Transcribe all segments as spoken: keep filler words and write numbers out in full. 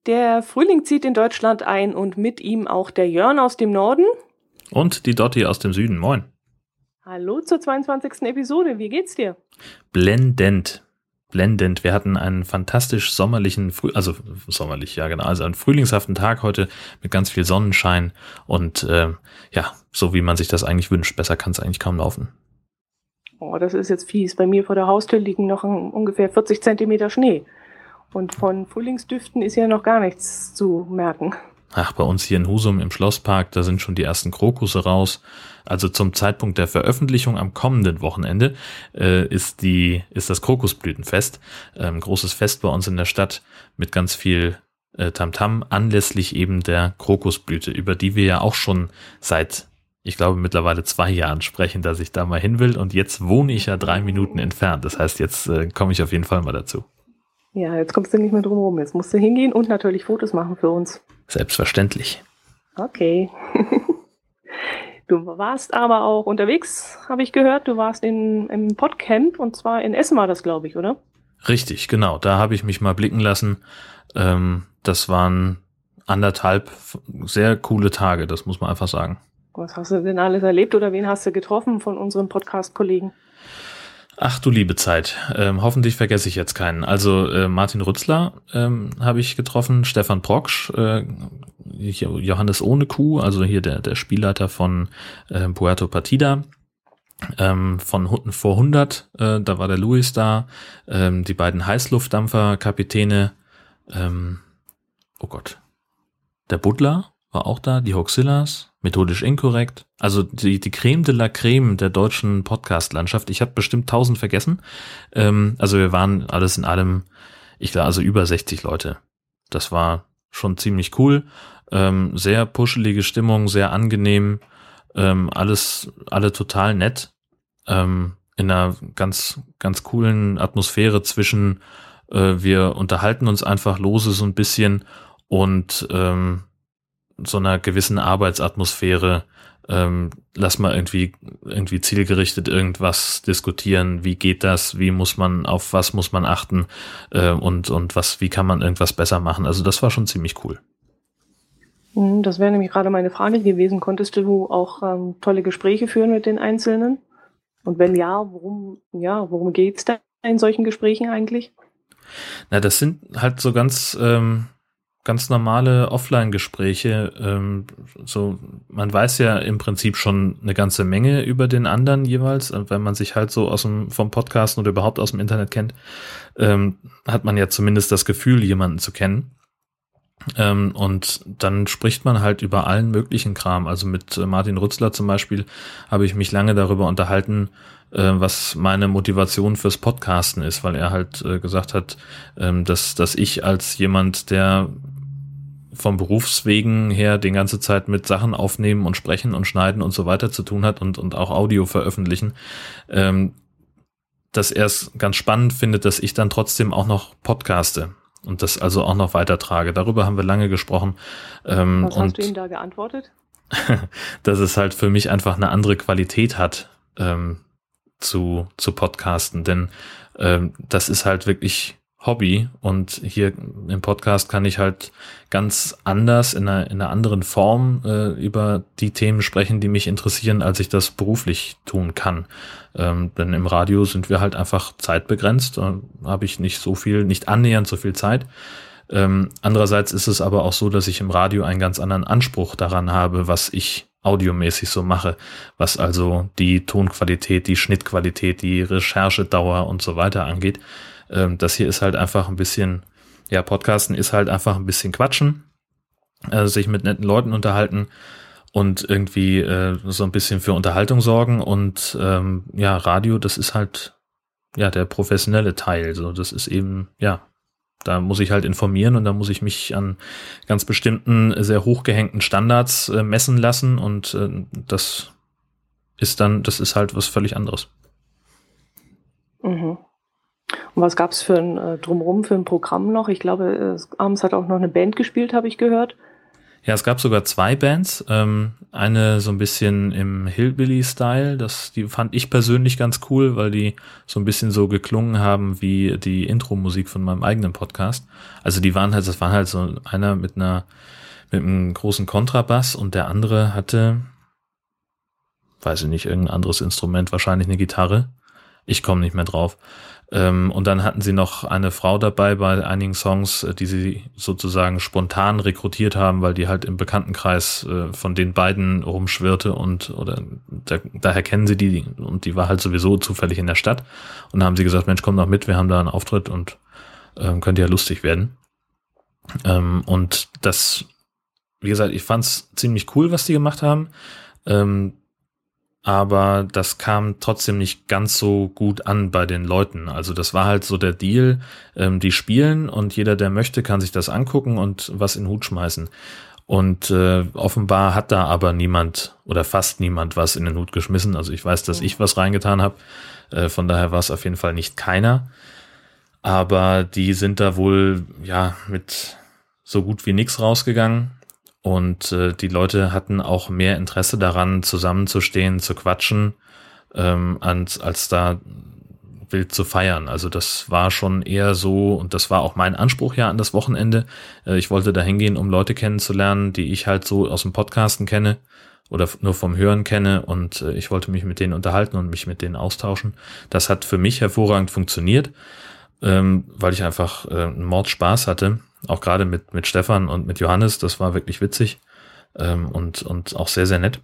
Der Frühling zieht in Deutschland ein und mit ihm auch der Jörn aus dem Norden. Und die Dotti aus dem Süden. Moin. Hallo zur zweiundzwanzigsten Episode. Wie geht's dir? Blendend. Blendend. Wir hatten einen fantastisch sommerlichen, Früh also sommerlich, ja genau, also einen frühlingshaften Tag heute mit ganz viel Sonnenschein und äh, ja, so wie man sich das eigentlich wünscht. Besser kann es eigentlich kaum laufen. Oh, das ist jetzt fies. Bei mir vor der Haustür liegen noch ein, ungefähr vierzig Zentimeter Schnee. Und von Frühlingsdüften ist ja noch gar nichts zu merken. Ach, bei uns hier in Husum im Schlosspark, da sind schon die ersten Krokusse raus. Also zum Zeitpunkt der Veröffentlichung am kommenden Wochenende äh, ist die ist das Krokusblütenfest. Ähm, großes Fest bei uns in der Stadt mit ganz viel äh, Tamtam anlässlich eben der Krokusblüte, über die wir ja auch schon seit, ich glaube, mittlerweile zwei Jahren sprechen, dass ich da mal hin will. Und jetzt wohne ich ja drei Minuten entfernt. Das heißt, jetzt äh, komme ich auf jeden Fall mal dazu. Ja, jetzt kommst du nicht mehr drum rum. Jetzt musst du hingehen und natürlich Fotos machen für uns. Selbstverständlich. Okay. Du warst aber auch unterwegs, habe ich gehört. Du warst in, im Podcamp und zwar in Essen war das, glaube ich, oder? Richtig, genau. Da habe ich mich mal blicken lassen. Ähm, das waren anderthalb sehr coole Tage, das muss man einfach sagen. Was hast du denn alles erlebt oder wen hast du getroffen von unseren Podcast-Kollegen? Ach du liebe Zeit, ähm, hoffentlich vergesse ich jetzt keinen. Also äh, Martin Rützler ähm, habe ich getroffen, Stefan Proksch, äh, Johannes Ohne Kuh, also hier der der Spielleiter von äh, Puerto Partida, ähm, von vor hundert, äh, da war der Luis da, ähm, die beiden Heißluftdampfer-Kapitäne, ähm, oh Gott, der Butler war auch da, die Hoxillas, methodisch inkorrekt. Also die die Creme de la Creme der deutschen Podcast-Landschaft. Ich habe bestimmt tausend vergessen. Ähm, also wir waren alles in allem, ich glaube, also über sechzig Leute. Das war schon ziemlich cool. Ähm, sehr puschelige Stimmung, sehr angenehm. Ähm, alles, alle total nett. Ähm, in einer ganz, ganz coolen Atmosphäre zwischen äh, wir unterhalten uns einfach lose so ein bisschen und ähm, so einer gewissen Arbeitsatmosphäre, ähm, lass mal irgendwie irgendwie zielgerichtet irgendwas diskutieren, wie geht das, wie muss man, auf was muss man achten äh, und und was, wie kann man irgendwas besser machen. Also das war schon ziemlich cool. Das wäre nämlich gerade meine Frage gewesen. Konntest du auch ähm, tolle Gespräche führen mit den Einzelnen? Und wenn ja, worum, ja, worum geht's da in solchen Gesprächen eigentlich? Na, das sind halt so ganz ähm, ganz normale Offline-Gespräche. Ähm, so, man weiß ja im Prinzip schon eine ganze Menge über den anderen jeweils, wenn man sich halt so aus dem vom Podcasten oder überhaupt aus dem Internet kennt, ähm, hat man ja zumindest das Gefühl, jemanden zu kennen. Ähm, und dann spricht man halt über allen möglichen Kram. Also mit äh, Martin Rützler zum Beispiel habe ich mich lange darüber unterhalten, äh, was meine Motivation fürs Podcasten ist, weil er halt äh, gesagt hat, ähm, dass, dass ich als jemand, der vom Berufswegen her die ganze Zeit mit Sachen aufnehmen und sprechen und schneiden und so weiter zu tun hat und, und auch Audio veröffentlichen, ähm, dass er es ganz spannend findet, dass ich dann trotzdem auch noch podcaste und das also auch noch weitertrage. Darüber haben wir lange gesprochen. Ähm, Was und hast du ihm da geantwortet? dass es halt für mich einfach eine andere Qualität hat, ähm, zu, zu podcasten, denn ähm, das ist halt wirklich Hobby und hier im Podcast kann ich halt ganz anders in einer, in einer anderen Form äh, über die Themen sprechen, die mich interessieren, als ich das beruflich tun kann. Ähm, denn im Radio sind wir halt einfach zeitbegrenzt, da habe ich nicht so viel, nicht annähernd so viel Zeit. Ähm, andererseits ist es aber auch so, dass ich im Radio einen ganz anderen Anspruch daran habe, was ich audiomäßig so mache, was also die Tonqualität, die Schnittqualität, die Recherchedauer und so weiter angeht. Ähm, das hier ist halt einfach ein bisschen, ja, Podcasten ist halt einfach ein bisschen quatschen, äh, sich mit netten Leuten unterhalten und irgendwie äh, so ein bisschen für Unterhaltung sorgen und ähm, ja, Radio, das ist halt ja der professionelle Teil, so das ist eben, ja, da muss ich halt informieren und da muss ich mich an ganz bestimmten, sehr hochgehängten Standards äh, messen lassen und äh, das ist dann, das ist halt was völlig anderes. Mhm. Und was gab's für ein äh, Drumherum, für ein Programm noch? Ich glaube, äh, abends hat auch noch eine Band gespielt, habe ich gehört. Ja, es gab sogar zwei Bands. Ähm, eine so ein bisschen im Hillbilly-Style. Das, die fand ich persönlich ganz cool, weil die so ein bisschen so geklungen haben wie die Intro-Musik von meinem eigenen Podcast. Also die waren halt, das war halt so einer mit einer, mit einem großen Kontrabass und der andere hatte, weiß ich nicht, irgendein anderes Instrument, wahrscheinlich eine Gitarre. Ich komme nicht mehr drauf. Ähm, und dann hatten sie noch eine Frau dabei bei einigen Songs, die sie sozusagen spontan rekrutiert haben, weil die halt im Bekanntenkreis äh, von den beiden rumschwirrte und oder da, daher kennen sie die und die war halt sowieso zufällig in der Stadt und dann haben sie gesagt, Mensch, komm doch mit, wir haben da einen Auftritt und ähm, könnte ja lustig werden. Ähm, und das, wie gesagt, ich fand's ziemlich cool, was die gemacht haben. Ähm, aber das kam trotzdem nicht ganz so gut an bei den Leuten. Also das war halt so der Deal, ähm, die spielen und jeder, der möchte, kann sich das angucken und was in den Hut schmeißen. Und äh, offenbar hat da aber niemand oder fast niemand was in den Hut geschmissen. Also ich weiß, dass ich was reingetan habe, äh, von daher war es auf jeden Fall nicht keiner. Aber die sind da wohl ja mit so gut wie nix rausgegangen. Und äh, die Leute hatten auch mehr Interesse daran, zusammenzustehen, zu quatschen, ähm, als, als da wild zu feiern. Also das war schon eher so, und das war auch mein Anspruch ja an das Wochenende. Äh, ich wollte da hingehen, um Leute kennenzulernen, die ich halt so aus dem Podcasten kenne oder nur vom Hören kenne. Und äh, ich wollte mich mit denen unterhalten und mich mit denen austauschen. Das hat für mich hervorragend funktioniert, ähm, weil ich einfach äh, einen Mordspaß hatte. Auch gerade mit mit Stefan und mit Johannes, das war wirklich witzig ähm, und und auch sehr, sehr nett.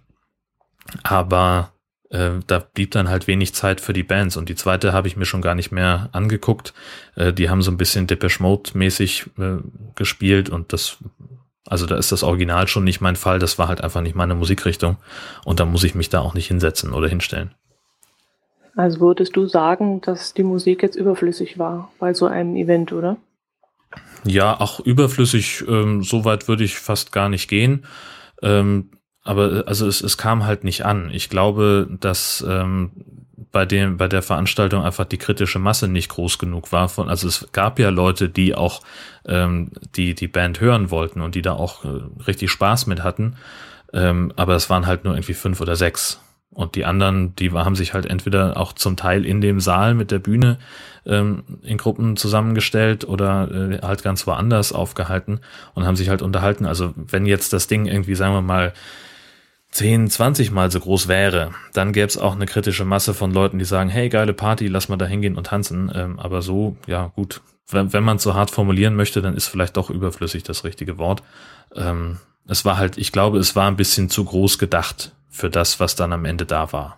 Aber äh, da blieb dann halt wenig Zeit für die Bands. Und die zweite habe ich mir schon gar nicht mehr angeguckt. Äh, die haben so ein bisschen Depeche Mode-mäßig äh, gespielt und das, also da ist das Original schon nicht mein Fall. Das war halt einfach nicht meine Musikrichtung. Und da muss ich mich da auch nicht hinsetzen oder hinstellen. Also würdest du sagen, dass die Musik jetzt überflüssig war bei so einem Event, oder? Ja, auch überflüssig, ähm, so weit würde ich fast gar nicht gehen. Ähm, aber also es, es kam halt nicht an. Ich glaube, dass ähm, bei dem bei der Veranstaltung einfach die kritische Masse nicht groß genug war. Von, also es gab ja Leute, die auch ähm, die die Band hören wollten und die da auch äh, richtig Spaß mit hatten. Ähm, aber es waren halt nur irgendwie fünf oder sechs. Und die anderen, die haben sich halt entweder auch zum Teil in dem Saal mit der Bühne ähm, in Gruppen zusammengestellt oder äh, halt ganz woanders aufgehalten und haben sich halt unterhalten. Also wenn jetzt das Ding irgendwie, sagen wir mal, zehn, zwanzig Mal so groß wäre, dann gäbe es auch eine kritische Masse von Leuten, die sagen, hey, geile Party, lass mal da hingehen und tanzen. Ähm, aber so, ja gut, wenn, wenn man es so hart formulieren möchte, dann ist vielleicht doch überflüssig das richtige Wort. Ähm, es war halt, ich glaube, es war ein bisschen zu groß gedacht für das, was dann am Ende da war.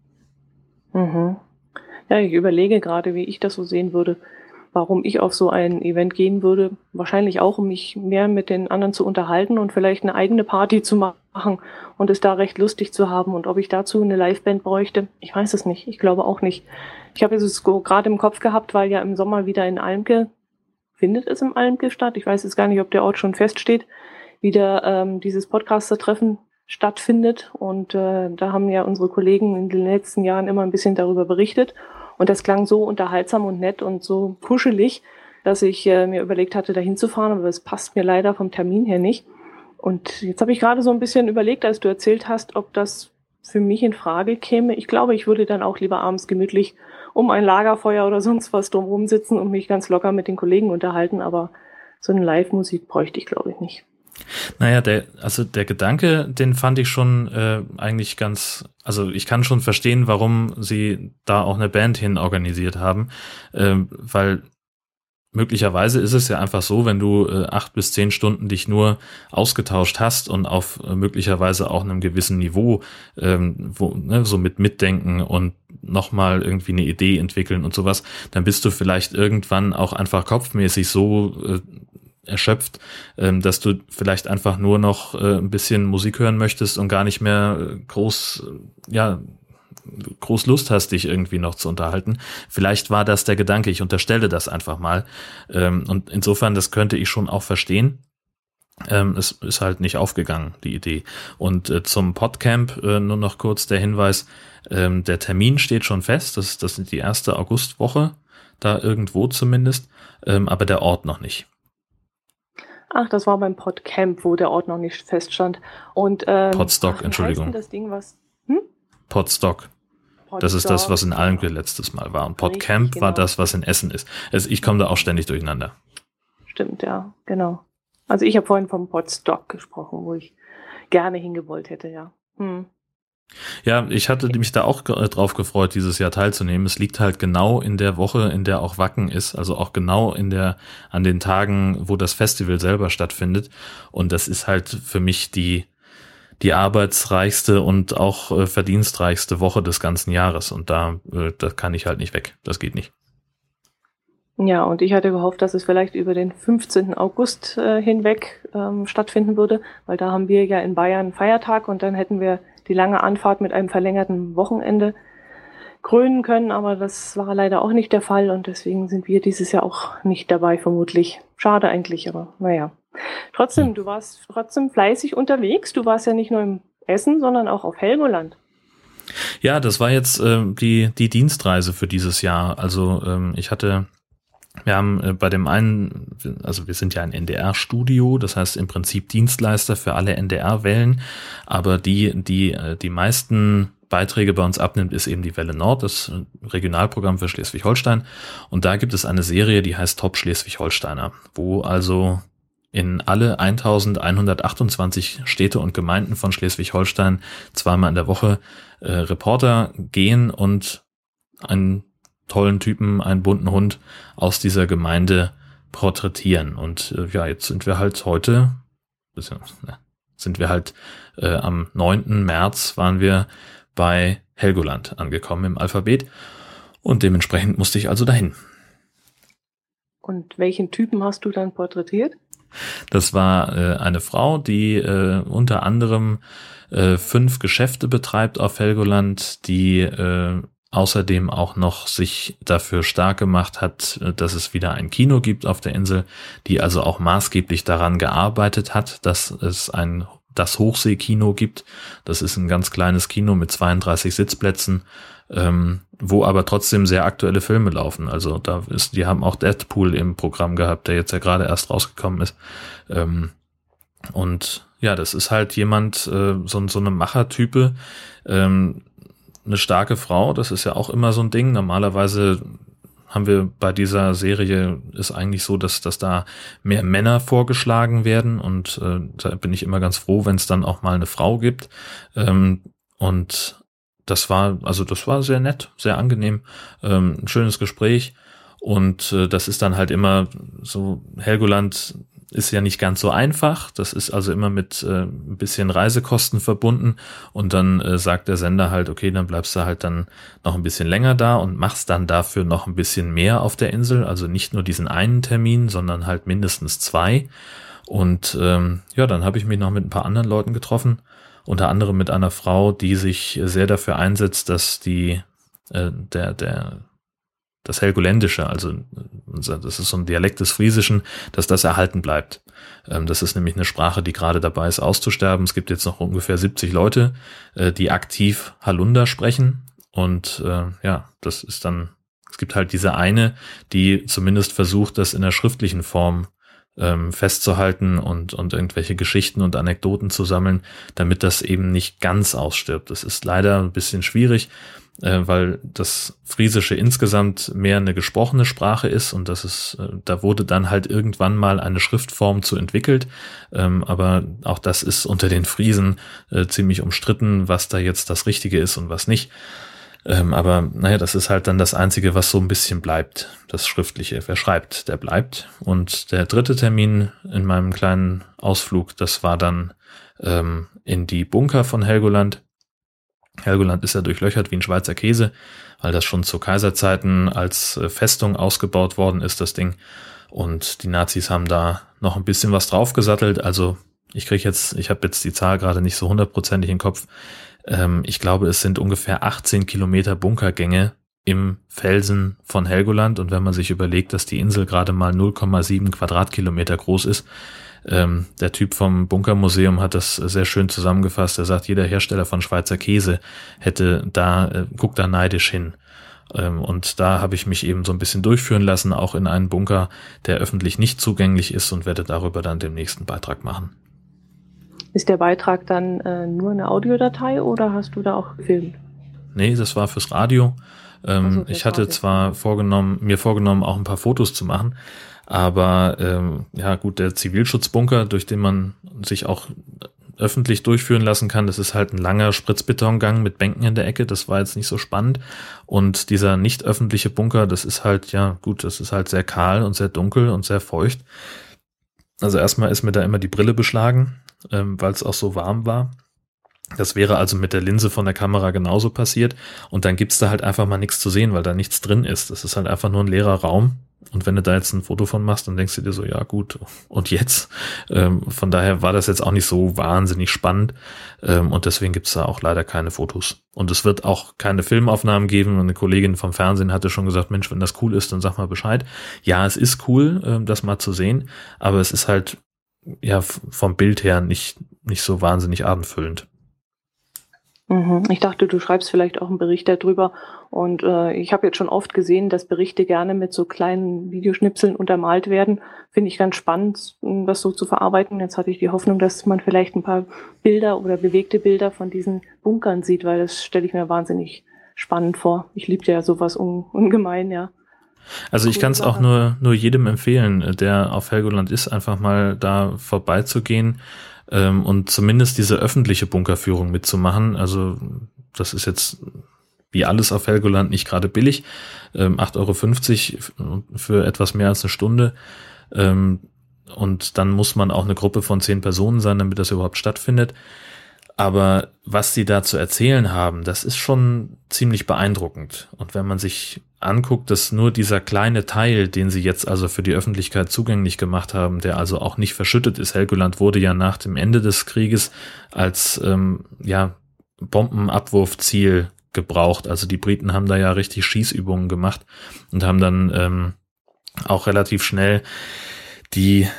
Mhm. Ja, ich überlege gerade, wie ich das so sehen würde, warum ich auf so ein Event gehen würde. Wahrscheinlich auch, um mich mehr mit den anderen zu unterhalten und vielleicht eine eigene Party zu machen und es da recht lustig zu haben. Und ob ich dazu eine Liveband bräuchte, ich weiß es nicht. Ich glaube auch nicht. Ich habe es gerade im Kopf gehabt, weil ja im Sommer wieder in Almke, findet es im Almke statt, ich weiß jetzt gar nicht, ob der Ort schon feststeht, wieder ähm, dieses Podcaster-Treffen stattfindet. Und äh, da haben ja unsere Kollegen in den letzten Jahren immer ein bisschen darüber berichtet. Und das klang so unterhaltsam und nett und so kuschelig, dass ich äh, mir überlegt hatte, da hinzufahren. Aber es passt mir leider vom Termin her nicht. Und jetzt habe ich gerade so ein bisschen überlegt, als du erzählt hast, ob das für mich in Frage käme. Ich glaube, ich würde dann auch lieber abends gemütlich um ein Lagerfeuer oder sonst was drumherum sitzen und mich ganz locker mit den Kollegen unterhalten. Aber so eine Live-Musik bräuchte ich, glaube ich, nicht. Naja, der, also der Gedanke, den fand ich schon äh, eigentlich ganz, also ich kann schon verstehen, warum sie da auch eine Band hin organisiert haben, äh, weil möglicherweise ist es ja einfach so, wenn du äh, acht bis zehn Stunden dich nur ausgetauscht hast und auf äh, möglicherweise auch einem gewissen Niveau, ähm, wo, ne, so mit Mitdenken und nochmal irgendwie eine Idee entwickeln und sowas, dann bist du vielleicht irgendwann auch einfach kopfmäßig so äh, erschöpft, ähm, dass du vielleicht einfach nur noch äh, ein bisschen Musik hören möchtest und gar nicht mehr äh, groß, äh, ja, groß Lust hast, dich irgendwie noch zu unterhalten. Vielleicht war das der Gedanke, ich unterstelle das einfach mal. Ähm, und insofern, das könnte ich schon auch verstehen. Ähm, es ist halt nicht aufgegangen, die Idee. Und äh, zum Podcamp äh, nur noch kurz der Hinweis, ähm, der Termin steht schon fest, das, das ist die erste Augustwoche, da irgendwo zumindest, ähm, aber der Ort noch nicht. Ach, das war beim Podcamp, wo der Ort noch nicht feststand. Und ähm, Podstock, ach, wie Entschuldigung. heißt denn das Ding, was? Hm? Podstock. Podstock. Das ist das, was in Almgren letztes Mal war. Und Podcamp Richtig, genau. war das, was in Essen ist. Also ich komme da auch ständig durcheinander. Stimmt, ja, genau. Also ich habe vorhin vom Podstock gesprochen, wo ich gerne hingewollt hätte, ja. Hm. Ja, ich hatte mich da auch ge- drauf gefreut, dieses Jahr teilzunehmen. Es liegt halt genau in der Woche, in der auch Wacken ist, also auch genau in der, an den Tagen, wo das Festival selber stattfindet. Und das ist halt für mich die, die arbeitsreichste und auch äh, verdienstreichste Woche des ganzen Jahres. Und da, äh, da kann ich halt nicht weg. Das geht nicht. Ja, und ich hatte gehofft, dass es vielleicht über den fünfzehnten August äh, hinweg ähm, stattfinden würde, weil da haben wir ja in Bayern Feiertag und dann hätten wir die lange Anfahrt mit einem verlängerten Wochenende krönen können, aber das war leider auch nicht der Fall und deswegen sind wir dieses Jahr auch nicht dabei, vermutlich. Schade eigentlich, aber naja. Trotzdem, du warst trotzdem fleißig unterwegs. Du warst ja nicht nur im Essen, sondern auch auf Helgoland. Ja, das war jetzt äh, die, die Dienstreise für dieses Jahr. Also ähm, ich hatte Wir haben äh, bei dem einen, also wir sind ja ein N D R-Studio, das heißt im Prinzip Dienstleister für alle N D R-Wellen, aber die, die äh, die meisten Beiträge bei uns abnimmt, ist eben die Welle Nord, das Regionalprogramm für Schleswig-Holstein. Und da gibt es eine Serie, die heißt Top Schleswig-Holsteiner, wo also in alle eintausendeinhundertachtundzwanzig Städte und Gemeinden von Schleswig-Holstein zweimal in der Woche äh, Reporter gehen und einen tollen Typen, einen bunten Hund aus dieser Gemeinde porträtieren. Und äh, ja, jetzt sind wir halt heute, ne, sind wir halt äh, am neunten März waren wir bei Helgoland angekommen im Alphabet und dementsprechend musste ich also dahin. Und welchen Typen hast du dann porträtiert? Das war äh, eine Frau, die äh, unter anderem äh, fünf Geschäfte betreibt auf Helgoland, die äh, außerdem auch noch sich dafür stark gemacht hat, dass es wieder ein Kino gibt auf der Insel, die also auch maßgeblich daran gearbeitet hat, dass es ein das Hochseekino gibt. Das ist ein ganz kleines Kino mit zweiunddreißig Sitzplätzen, ähm, wo aber trotzdem sehr aktuelle Filme laufen. Also da ist, die haben auch Deadpool im Programm gehabt, der jetzt ja gerade erst rausgekommen ist. Ähm, und ja, das ist halt jemand, äh, so, so eine Machertype, ähm, eine starke Frau, das ist ja auch immer so ein Ding. Normalerweise haben wir bei dieser Serie ist eigentlich so, dass, dass da mehr Männer vorgeschlagen werden und äh, da bin ich immer ganz froh, wenn es dann auch mal eine Frau gibt. Ähm, und das war, also das war sehr nett, sehr angenehm, ähm, ein schönes Gespräch und äh, das ist dann halt immer so, Helgoland ist ja nicht ganz so einfach. Das ist also immer mit äh, ein bisschen Reisekosten verbunden und dann äh, sagt der Sender halt, okay, dann bleibst du halt dann noch ein bisschen länger da und machst dann dafür noch ein bisschen mehr auf der Insel, also nicht nur diesen einen Termin, sondern halt mindestens zwei. Und ähm, ja, dann habe ich mich noch mit ein paar anderen Leuten getroffen, unter anderem mit einer Frau, die sich sehr dafür einsetzt, dass die äh, der der das Helgoländische, also das ist so ein Dialekt des Friesischen, dass das erhalten bleibt. Das ist nämlich eine Sprache, die gerade dabei ist auszusterben. Es gibt jetzt noch ungefähr siebzig Leute, die aktiv Halunda sprechen und ja, das ist dann, es gibt halt diese eine, die zumindest versucht, das in der schriftlichen Form festzuhalten und und irgendwelche Geschichten und Anekdoten zu sammeln, damit das eben nicht ganz ausstirbt. Das ist leider ein bisschen schwierig, weil das Friesische insgesamt mehr eine gesprochene Sprache ist und das ist, da wurde dann halt irgendwann mal eine Schriftform zu entwickelt, aber auch das ist unter den Friesen ziemlich umstritten, was da jetzt das Richtige ist und was nicht. Aber naja, das ist halt dann das Einzige, was so ein bisschen bleibt, das Schriftliche. Wer schreibt, der bleibt. Und der dritte Termin in meinem kleinen Ausflug, das war dann ähm, in die Bunker von Helgoland. Helgoland ist ja durchlöchert wie ein Schweizer Käse, weil das schon zu Kaiserzeiten als Festung ausgebaut worden ist, das Ding. Und die Nazis haben da noch ein bisschen was draufgesattelt. Also ich kriege jetzt, ich habe jetzt die Zahl gerade nicht so hundertprozentig im Kopf. Ähm, ich glaube, es sind ungefähr achtzehn Kilometer Bunkergänge im Felsen von Helgoland. Und wenn man sich überlegt, dass die Insel gerade mal null Komma sieben Quadratkilometer groß ist, Ähm, der Typ vom Bunkermuseum hat das sehr schön zusammengefasst. Er sagt, jeder Hersteller von Schweizer Käse hätte da, äh, guckt da neidisch hin. Ähm, und da habe ich mich eben so ein bisschen durchführen lassen, auch in einen Bunker, der öffentlich nicht zugänglich ist, und werde darüber dann den nächsten Beitrag machen. Ist der Beitrag dann äh, nur eine Audiodatei oder hast du da auch gefilmt? Nee, das war fürs Radio. Ähm, so, ich hatte Radio. zwar vorgenommen, mir vorgenommen, auch ein paar Fotos zu machen, aber ähm, ja gut, der Zivilschutzbunker, durch den man sich auch öffentlich durchführen lassen kann, das ist halt ein langer Spritzbetongang mit Bänken in der Ecke, das war jetzt nicht so spannend. Und dieser nicht öffentliche Bunker, das ist halt, ja gut, das ist halt sehr kahl und sehr dunkel und sehr feucht. Also erstmal ist mir da immer die Brille beschlagen, ähm, weil es auch so warm war. Das wäre also mit der Linse von der Kamera genauso passiert. Und dann gibt's da halt einfach mal nichts zu sehen, weil da nichts drin ist. Das ist halt einfach nur ein leerer Raum. Und wenn du da jetzt ein Foto von machst, dann denkst du dir so, ja gut, und jetzt? Ähm, von daher war das jetzt auch nicht so wahnsinnig spannend. Ähm, und deswegen gibt's da auch leider keine Fotos. Und es wird auch keine Filmaufnahmen geben. Und eine Kollegin vom Fernsehen hatte schon gesagt, Mensch, wenn das cool ist, dann sag mal Bescheid. Ja, es ist cool, ähm, das mal zu sehen. Aber es ist halt ja vom Bild her nicht, nicht so wahnsinnig abendfüllend. Ich dachte, du schreibst vielleicht auch einen Bericht darüber. Und äh, ich habe jetzt schon oft gesehen, dass Berichte gerne mit so kleinen Videoschnipseln untermalt werden. Finde ich ganz spannend, das so zu verarbeiten. Jetzt hatte ich die Hoffnung, dass man vielleicht ein paar Bilder oder bewegte Bilder von diesen Bunkern sieht, weil das stelle ich mir wahnsinnig spannend vor. Ich liebte ja sowas un- ungemein, ja. Also ich kann es auch nur, nur jedem empfehlen, der auf Helgoland ist, einfach mal da vorbeizugehen. Und zumindest diese öffentliche Bunkerführung mitzumachen. Also das ist jetzt wie alles auf Helgoland nicht gerade billig. acht Euro fünfzig für etwas mehr als eine Stunde. Und dann muss man auch eine Gruppe von zehn Personen sein, damit das überhaupt stattfindet. Aber was sie da zu erzählen haben, das ist schon ziemlich beeindruckend. Und wenn man sich anguckt, dass nur dieser kleine Teil, den sie jetzt also für die Öffentlichkeit zugänglich gemacht haben, der also auch nicht verschüttet ist. Helgoland wurde ja nach dem Ende des Krieges als ähm, ja Bombenabwurfziel gebraucht. Also die Briten haben da ja richtig Schießübungen gemacht und haben dann ähm, auch relativ schnell die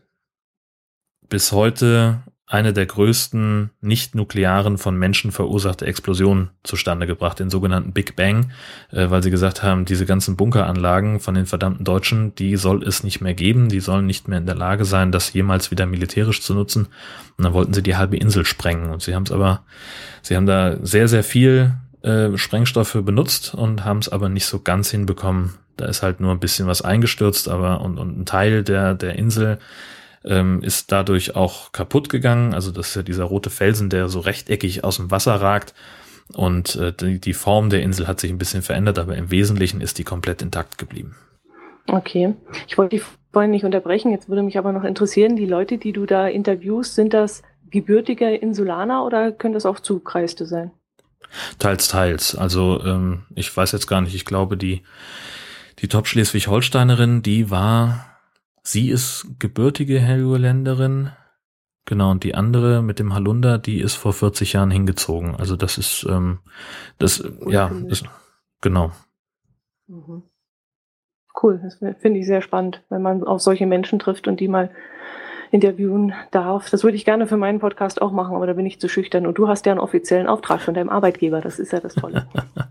bis heute eine der größten nicht-nuklearen von Menschen verursachte Explosionen zustande gebracht, den sogenannten Big Bang, äh, weil sie gesagt haben, diese ganzen Bunkeranlagen von den verdammten Deutschen, die soll es nicht mehr geben, die sollen nicht mehr in der Lage sein, das jemals wieder militärisch zu nutzen. Und dann wollten sie die halbe Insel sprengen. Und sie haben es aber, sie haben da sehr, sehr viel äh, Sprengstoffe benutzt und haben es aber nicht so ganz hinbekommen. Da ist halt nur ein bisschen was eingestürzt, aber und, und ein Teil der, der Insel Ähm, ist dadurch auch kaputt gegangen. Also das ist ja dieser rote Felsen, der so rechteckig aus dem Wasser ragt. Und äh, die, die Form der Insel hat sich ein bisschen verändert, aber im Wesentlichen ist die komplett intakt geblieben. Okay. Ich wollte dich vorhin nicht unterbrechen. Jetzt würde mich aber noch interessieren, die Leute, die du da interviewst, sind das gebürtige Insulaner oder können das auch Zugreiste sein? Teils, teils. Also ähm, ich weiß jetzt gar nicht. Ich glaube, die, die Top-Schleswig-Holsteinerin, die war... Sie ist gebürtige Helgoländerin, genau, und die andere mit dem Halunder, die ist vor vierzig Jahren hingezogen. Also das ist, ähm, das, cool, ja, ist, genau. Mhm. Cool, das finde ich sehr spannend, wenn man auf solche Menschen trifft und die mal interviewen darf. Das würde ich gerne für meinen Podcast auch machen, aber da bin ich zu schüchtern. Und du hast ja einen offiziellen Auftrag von deinem Arbeitgeber. Das ist ja das Tolle.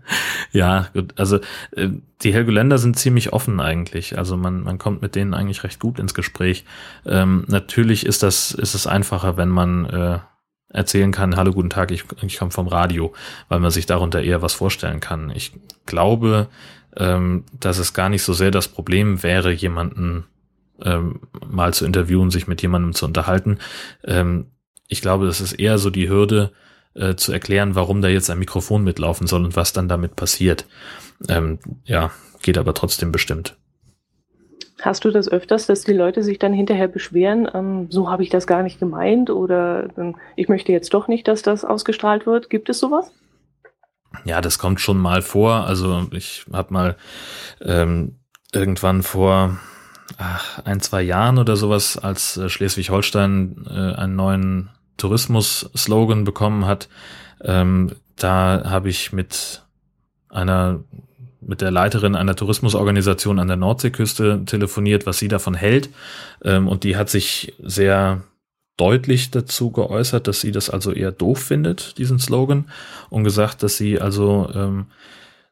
Ja, gut. Also äh, die Helgoländer sind ziemlich offen eigentlich. Also man man kommt mit denen eigentlich recht gut ins Gespräch. Ähm, natürlich ist das ist es einfacher, wenn man äh, erzählen kann, hallo, guten Tag, ich, ich komme vom Radio, weil man sich darunter eher was vorstellen kann. Ich glaube, ähm, dass es gar nicht so sehr das Problem wäre, jemanden ähm, mal zu interviewen, sich mit jemandem zu unterhalten. Ähm, ich glaube, das ist eher so die Hürde, äh, zu erklären, warum da jetzt ein Mikrofon mitlaufen soll und was dann damit passiert. Ähm, ja, geht aber trotzdem bestimmt. Hast du das öfters, dass die Leute sich dann hinterher beschweren, ähm, so habe ich das gar nicht gemeint oder ähm, ich möchte jetzt doch nicht, dass das ausgestrahlt wird? Gibt es sowas? Ja, das kommt schon mal vor. Also ich habe mal ähm, irgendwann vor ach, ein, zwei Jahren oder sowas, als äh, Schleswig-Holstein äh, einen neuen Tourismus-Slogan bekommen hat, ähm, da habe ich mit einer mit der Leiterin einer Tourismusorganisation an der Nordseeküste telefoniert, was sie davon hält. Ähm, und die hat sich sehr deutlich dazu geäußert, dass sie das also eher doof findet, diesen Slogan, und gesagt, dass sie also ähm,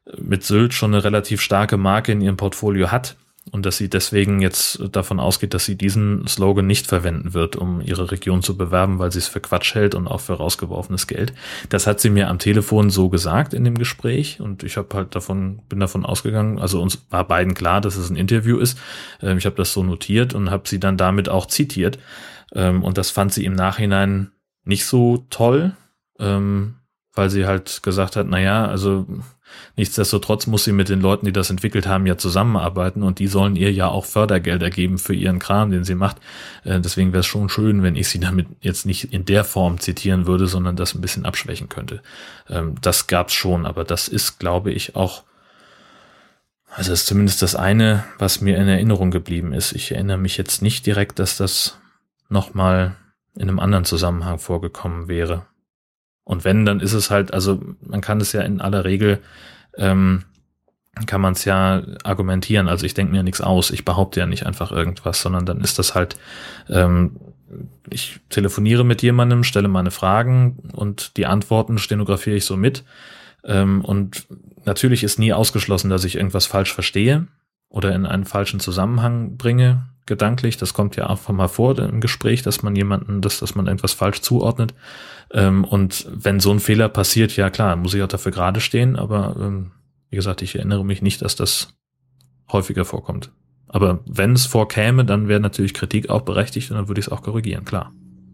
mit Sylt schon eine relativ starke Marke in ihrem Portfolio hat und dass sie deswegen jetzt davon ausgeht, dass sie diesen Slogan nicht verwenden wird, um ihre Region zu bewerben, weil sie es für Quatsch hält und auch für rausgeworfenes Geld. Das hat sie mir am Telefon so gesagt in dem Gespräch und ich habe halt davon, bin davon ausgegangen, also uns war beiden klar, dass es ein Interview ist. Ich habe das so notiert und habe sie dann damit auch zitiert und das fand sie im Nachhinein nicht so toll, weil sie halt gesagt hat, naja, also nichtsdestotrotz muss sie mit den Leuten, die das entwickelt haben, ja zusammenarbeiten und die sollen ihr ja auch Fördergelder geben für ihren Kram, den sie macht. Äh, deswegen wäre es schon schön, wenn ich sie damit jetzt nicht in der Form zitieren würde, sondern das ein bisschen abschwächen könnte. Ähm, das gab's schon, aber das ist, glaube ich, auch, also das ist zumindest das eine, was mir in Erinnerung geblieben ist. Ich erinnere mich jetzt nicht direkt, dass das nochmal in einem anderen Zusammenhang vorgekommen wäre. Und wenn, dann ist es halt, also man kann es ja in aller Regel, ähm, kann man es ja argumentieren. Also ich denke mir nichts aus, ich behaupte ja nicht einfach irgendwas, sondern dann ist das halt, ähm, ich telefoniere mit jemandem, stelle meine Fragen und die Antworten stenografiere ich so mit. Ähm, und natürlich ist nie ausgeschlossen, dass ich irgendwas falsch verstehe oder in einen falschen Zusammenhang bringe, gedanklich. Das kommt ja auch mal vor im Gespräch, dass man jemanden, dass, dass man irgendwas falsch zuordnet. Ähm, und wenn so ein Fehler passiert, ja klar, muss ich auch dafür gerade stehen, aber ähm, wie gesagt, ich erinnere mich nicht, dass das häufiger vorkommt. Aber wenn es vorkäme, dann wäre natürlich Kritik auch berechtigt und dann würde ich es auch korrigieren, klar.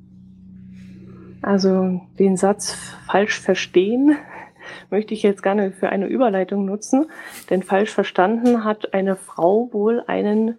Also den Satz falsch verstehen möchte ich jetzt gerne für eine Überleitung nutzen, denn falsch verstanden hat eine Frau wohl einen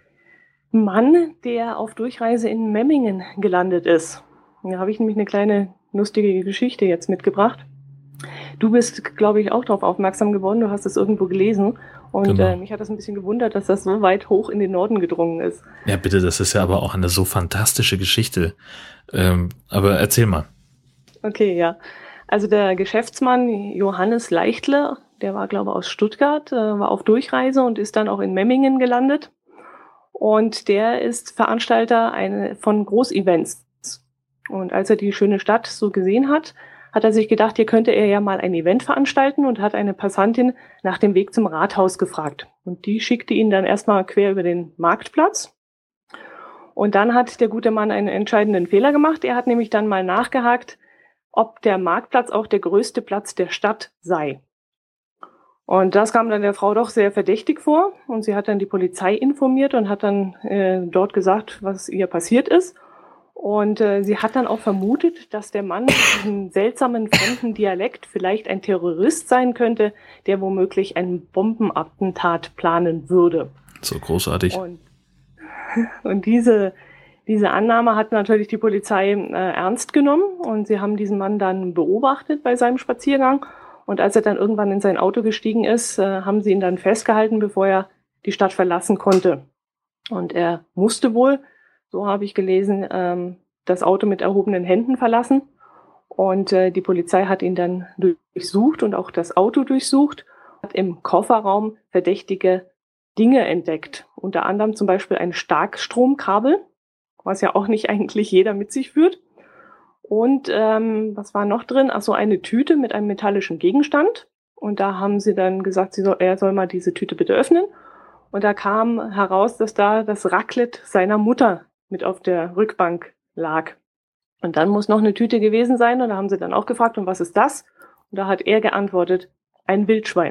Mann, der auf Durchreise in Memmingen gelandet ist. Da habe ich nämlich eine kleine lustige Geschichte jetzt mitgebracht. Du bist, glaube ich, auch darauf aufmerksam geworden. Du hast es irgendwo gelesen. Und genau. äh, mich hat das ein bisschen gewundert, dass das so weit hoch in den Norden gedrungen ist. Ja, bitte, das ist ja aber auch eine so fantastische Geschichte. Ähm, aber erzähl mal. Okay, ja. Also der Geschäftsmann Johannes Leichtle, der war, glaube ich, aus Stuttgart, äh, war auf Durchreise und ist dann auch in Memmingen gelandet. Und der ist Veranstalter eine, von Großevents. Und als er die schöne Stadt so gesehen hat, hat er sich gedacht, hier könnte er ja mal ein Event veranstalten und hat eine Passantin nach dem Weg zum Rathaus gefragt. Und die schickte ihn dann erstmal quer über den Marktplatz. Und dann hat der gute Mann einen entscheidenden Fehler gemacht. Er hat nämlich dann mal nachgehakt, ob der Marktplatz auch der größte Platz der Stadt sei. Und das kam dann der Frau doch sehr verdächtig vor. Und sie hat dann die Polizei informiert und hat dann äh, dort gesagt, was ihr passiert ist. Und äh, sie hat dann auch vermutet, dass der Mann mit diesem seltsamen, fremden Dialekt vielleicht ein Terrorist sein könnte, der womöglich ein Bombenattentat planen würde. So großartig. Und, und diese, diese Annahme hat natürlich die Polizei äh, ernst genommen. Und sie haben diesen Mann dann beobachtet bei seinem Spaziergang. Und als er dann irgendwann in sein Auto gestiegen ist, äh, haben sie ihn dann festgehalten, bevor er die Stadt verlassen konnte. Und er musste wohl, so habe ich gelesen, ähm, das Auto mit erhobenen Händen verlassen. Und äh, die Polizei hat ihn dann durchsucht und auch das Auto durchsucht, hat im Kofferraum verdächtige Dinge entdeckt. Unter anderem zum Beispiel ein Starkstromkabel, was ja auch nicht eigentlich jeder mit sich führt. Und ähm, was war noch drin? Ach so, eine Tüte mit einem metallischen Gegenstand. Und da haben sie dann gesagt, sie soll, er soll mal diese Tüte bitte öffnen. Und da kam heraus, dass da das Raclette seiner Mutter mit auf der Rückbank lag. Und dann muss noch eine Tüte gewesen sein. Und da haben sie dann auch gefragt, und was ist das? Und da hat er geantwortet, ein Wildschwein.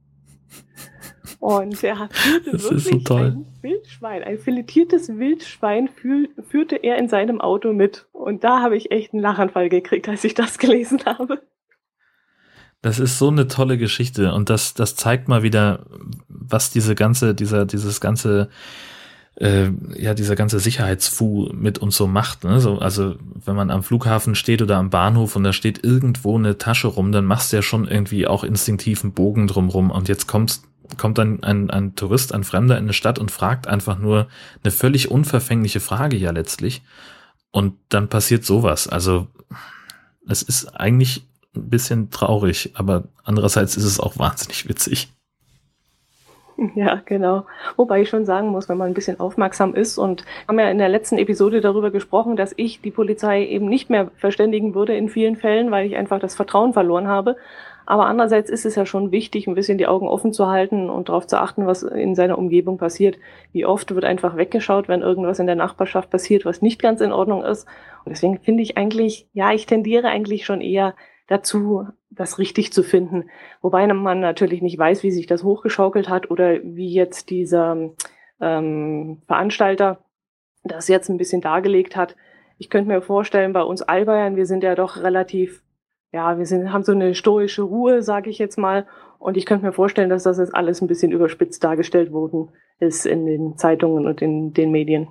Und er hat das ist so toll. Ein Wildschwein, ein filetiertes Wildschwein fühl, führte er in seinem Auto mit. Und da habe ich echt einen Lachanfall gekriegt, als ich das gelesen habe. Das ist so eine tolle Geschichte und das, das zeigt mal wieder, was diese ganze, dieser, dieses ganze, äh, ja, dieser ganze Sicherheitsfu mit uns so macht. Ne? So, also wenn man am Flughafen steht oder am Bahnhof und da steht irgendwo eine Tasche rum, dann machst du ja schon irgendwie auch instinktiv einen Bogen drumrum und jetzt kommst kommt dann ein, ein Tourist, ein Fremder in eine Stadt und fragt einfach nur eine völlig unverfängliche Frage ja letztlich und dann passiert sowas. Also es ist eigentlich ein bisschen traurig, aber andererseits ist es auch wahnsinnig witzig. Ja, genau. Wobei ich schon sagen muss, wenn man ein bisschen aufmerksam ist und haben ja in der letzten Episode darüber gesprochen, dass ich die Polizei eben nicht mehr verständigen würde in vielen Fällen, weil ich einfach das Vertrauen verloren habe. Aber andererseits ist es ja schon wichtig, ein bisschen die Augen offen zu halten und darauf zu achten, was in seiner Umgebung passiert. Wie oft wird einfach weggeschaut, wenn irgendwas in der Nachbarschaft passiert, was nicht ganz in Ordnung ist. Und deswegen finde ich eigentlich, ja, ich tendiere eigentlich schon eher dazu, das richtig zu finden. Wobei man natürlich nicht weiß, wie sich das hochgeschaukelt hat oder wie jetzt dieser ähm, Veranstalter das jetzt ein bisschen dargelegt hat. Ich könnte mir vorstellen, bei uns Allbayern, wir sind ja doch relativ, ja, wir sind, haben so eine stoische Ruhe, sage ich jetzt mal. Und ich könnte mir vorstellen, dass das jetzt alles ein bisschen überspitzt dargestellt worden ist in den Zeitungen und in den Medien.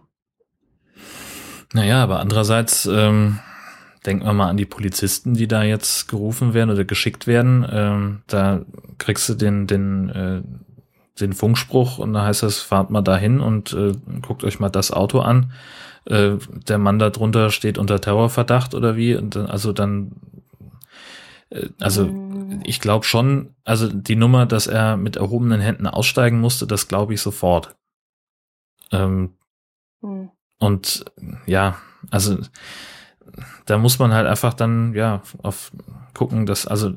Naja, aber andererseits ähm, denken wir mal an die Polizisten, die da jetzt gerufen werden oder geschickt werden. Ähm, da kriegst du den, den, äh, den Funkspruch und da heißt es, fahrt mal dahin und äh, guckt euch mal das Auto an. Äh, der Mann da drunter steht unter Terrorverdacht oder wie? Und dann, also dann, äh, also mm. ich glaube schon, also die Nummer, dass er mit erhobenen Händen aussteigen musste, das glaube ich sofort. Ähm, mm. Und ja, also da muss man halt einfach dann ja auf gucken, dass, also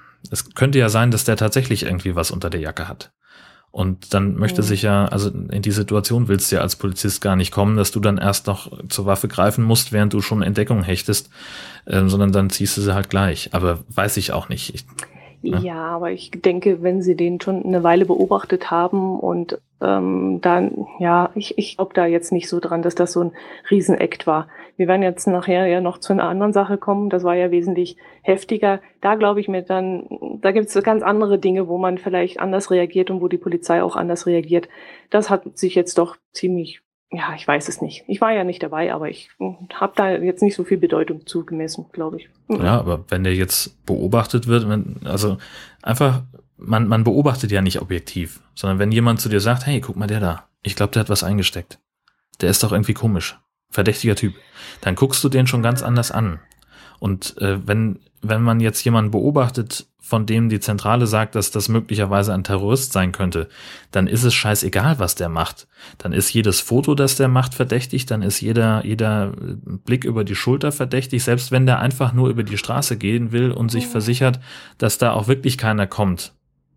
es könnte ja sein, dass der tatsächlich irgendwie was unter der Jacke hat. Und dann möchte mhm. sich ja, also in die Situation willst du ja als Polizist gar nicht kommen, dass du dann erst noch zur Waffe greifen musst, während du schon in Deckung hechtest, äh, sondern dann ziehst du sie halt gleich. Aber weiß ich auch nicht. Ich, ja. ja, aber ich denke, wenn sie den schon eine Weile beobachtet haben und ähm, dann, ja, ich, ich glaube da jetzt nicht so dran, dass das so ein Riesenakt war. Wir werden jetzt nachher ja noch zu einer anderen Sache kommen, das war ja wesentlich heftiger. Da glaube ich mir dann, da gibt es ganz andere Dinge, wo man vielleicht anders reagiert und wo die Polizei auch anders reagiert. Das hat sich jetzt doch ziemlich, ja, ich weiß es nicht. Ich war ja nicht dabei, aber ich habe da jetzt nicht so viel Bedeutung zugemessen, glaube ich. Ja, aber wenn der jetzt beobachtet wird, wenn, also einfach, man, man beobachtet ja nicht objektiv, sondern wenn jemand zu dir sagt, hey, guck mal der da, ich glaube, der hat was eingesteckt. Der ist doch irgendwie komisch. Verdächtiger Typ. Dann guckst du den schon ganz anders an. Und äh, wenn wenn man jetzt jemanden beobachtet, von dem die Zentrale sagt, dass das möglicherweise ein Terrorist sein könnte, dann ist es scheißegal, was der macht. Dann ist jedes Foto, das der macht, verdächtig, dann ist jeder jeder Blick über die Schulter verdächtig, selbst wenn der einfach nur über die Straße gehen will und sich versichert, dass da auch wirklich keiner kommt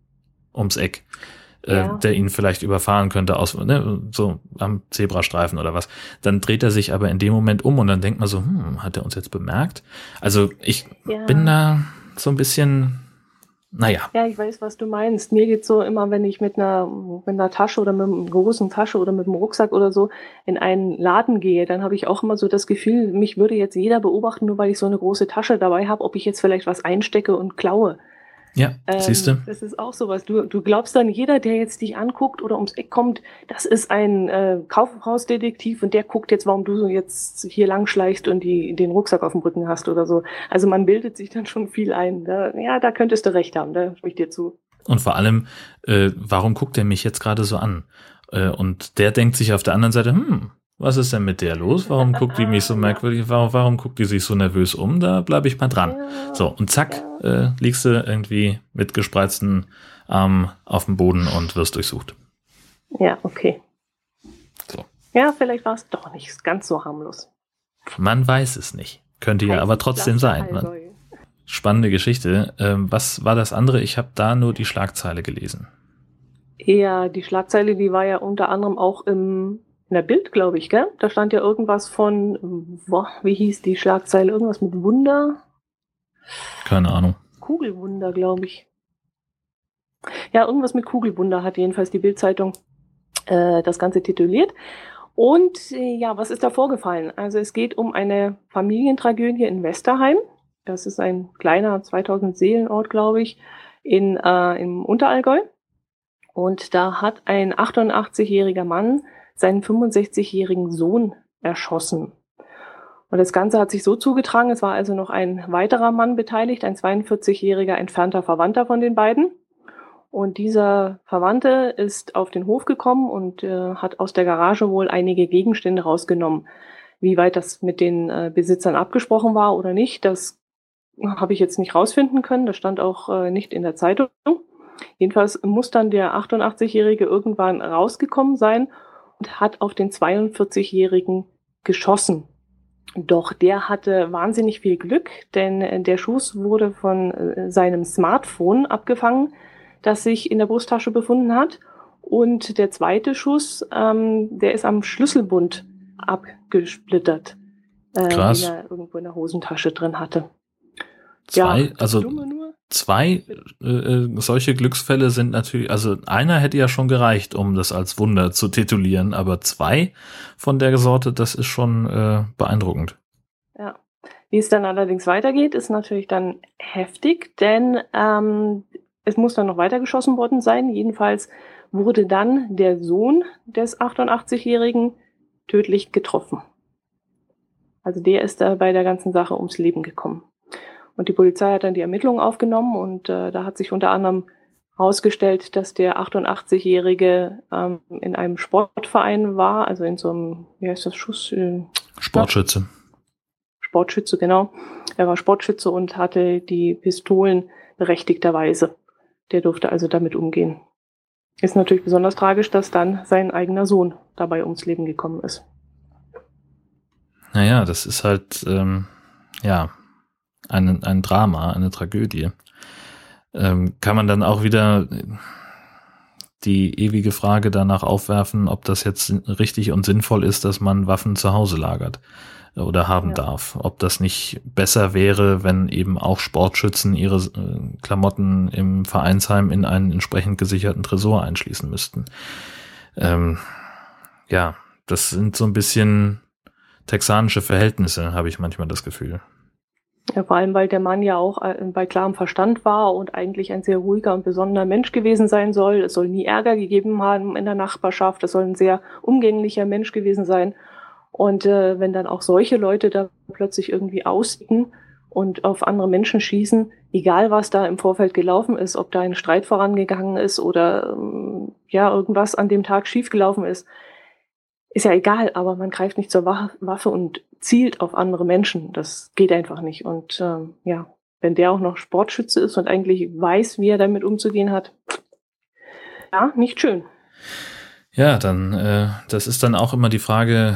ums Eck. Ja. Äh, der ihn vielleicht überfahren könnte, aus, ne, so am Zebrastreifen oder was. Dann dreht er sich aber in dem Moment um und dann denkt man so, hm, hat er uns jetzt bemerkt? Also ich ja. bin da so ein bisschen, naja. Ja, ich weiß, was du meinst. Mir geht's so immer, wenn ich mit einer, mit einer Tasche oder mit einer großen Tasche oder mit einem Rucksack oder so in einen Laden gehe, dann habe ich auch immer so das Gefühl, mich würde jetzt jeder beobachten, nur weil ich so eine große Tasche dabei habe, ob ich jetzt vielleicht was einstecke und klaue. Ja, ähm, siehst du. Das ist auch sowas. Du, du glaubst dann, jeder, der jetzt dich anguckt oder ums Eck kommt, das ist ein äh, Kaufhausdetektiv und der guckt jetzt, warum du jetzt hier lang schleichst und die, den Rucksack auf dem Rücken hast oder so. Also man bildet sich dann schon viel ein. Da, ja, da könntest du recht haben, da stimme ich dir zu. Und vor allem, äh, warum guckt er mich jetzt gerade so an? Äh, und der denkt sich auf der anderen Seite, hm, was ist denn mit der los? Warum guckt die mich so merkwürdig? Warum, warum guckt die sich so nervös um? Da bleibe ich mal dran. Ja. So, und zack, äh, liegst du irgendwie mit gespreizten Armen auf dem Boden und wirst durchsucht. Ja, okay. So. Ja, vielleicht war es doch nicht ganz so harmlos. Man weiß es nicht. Könnte ja aber trotzdem sein. Man, spannende Geschichte. Ähm, was war das andere? Ich habe da nur die Schlagzeile gelesen. Ja, die Schlagzeile, die war ja unter anderem auch im in der Bild, glaube ich, gell? Da stand ja irgendwas von, boah, wie hieß die Schlagzeile? Irgendwas mit Wunder? Keine Ahnung. Kugelwunder, glaube ich. Ja, irgendwas mit Kugelwunder hat jedenfalls die Bild-Zeitung äh, das Ganze tituliert. Und äh, ja, was ist da vorgefallen? Also es geht um eine Familientragödie in Westerheim. Das ist ein kleiner zweitausend Seelenort, glaube ich, in, äh, im Unterallgäu. Und da hat ein achtundachtzigjähriger Mann seinen fünfundsechzigjährigen Sohn erschossen. Und das Ganze hat sich so zugetragen, es war also noch ein weiterer Mann beteiligt, ein zweiundvierzigjähriger entfernter Verwandter von den beiden. Und dieser Verwandte ist auf den Hof gekommen und äh, hat aus der Garage wohl einige Gegenstände rausgenommen. Wie weit das mit den äh, Besitzern abgesprochen war oder nicht, das habe ich jetzt nicht rausfinden können. Das stand auch äh, nicht in der Zeitung. Jedenfalls muss dann der achtundachtzigjährige irgendwann rausgekommen sein und hat auf den zweiundvierzigjährigen geschossen. Doch der hatte wahnsinnig viel Glück, denn der Schuss wurde von seinem Smartphone abgefangen, das sich in der Brusttasche befunden hat. Und der zweite Schuss, ähm, der ist am Schlüsselbund abgesplittert, äh, den er irgendwo in der Hosentasche drin hatte. Zwei, ja, also zwei äh, solche Glücksfälle sind natürlich, also einer hätte ja schon gereicht, um das als Wunder zu titulieren, aber zwei von der Sorte, das ist schon äh, beeindruckend. Ja, wie es dann allerdings weitergeht, ist natürlich dann heftig, denn ähm, es muss dann noch weiter geschossen worden sein. Jedenfalls wurde dann der Sohn des achtundachtzigjährigen tödlich getroffen. Also der ist da bei der ganzen Sache ums Leben gekommen. Und die Polizei hat dann die Ermittlungen aufgenommen und äh, da hat sich unter anderem herausgestellt, dass der achtundachtzigjährige ähm, in einem Sportverein war, also in so einem, wie heißt das, Schuss? Äh, Sportschütze. Sportschütze, genau. Er war Sportschütze und hatte die Pistolen berechtigterweise. Der durfte also damit umgehen. Ist natürlich besonders tragisch, dass dann sein eigener Sohn dabei ums Leben gekommen ist. Naja, das ist halt, ähm, ja, ein, ein Drama, eine Tragödie. Ähm, kann man dann auch wieder die ewige Frage danach aufwerfen, ob das jetzt richtig und sinnvoll ist, dass man Waffen zu Hause lagert oder haben ja. darf. Ob das nicht besser wäre, wenn eben auch Sportschützen ihre äh, Klamotten im Vereinsheim in einen entsprechend gesicherten Tresor einschließen müssten. Ähm, ja, das sind so ein bisschen texanische Verhältnisse, habe ich manchmal das Gefühl. Ja, vor allem, weil der Mann ja auch bei klarem Verstand war und eigentlich ein sehr ruhiger und besonderer Mensch gewesen sein soll. Es soll nie Ärger gegeben haben in der Nachbarschaft. Es soll ein sehr umgänglicher Mensch gewesen sein. Und äh, wenn dann auch solche Leute da plötzlich irgendwie austicken und auf andere Menschen schießen, egal was da im Vorfeld gelaufen ist, ob da ein Streit vorangegangen ist oder ähm, ja irgendwas an dem Tag schiefgelaufen ist, ist ja egal, aber man greift nicht zur Waffe und zielt auf andere Menschen. Das geht einfach nicht. Und ähm, ja, wenn der auch noch Sportschütze ist und eigentlich weiß, wie er damit umzugehen hat, ja, nicht schön. Ja, dann, äh, das ist dann auch immer die Frage,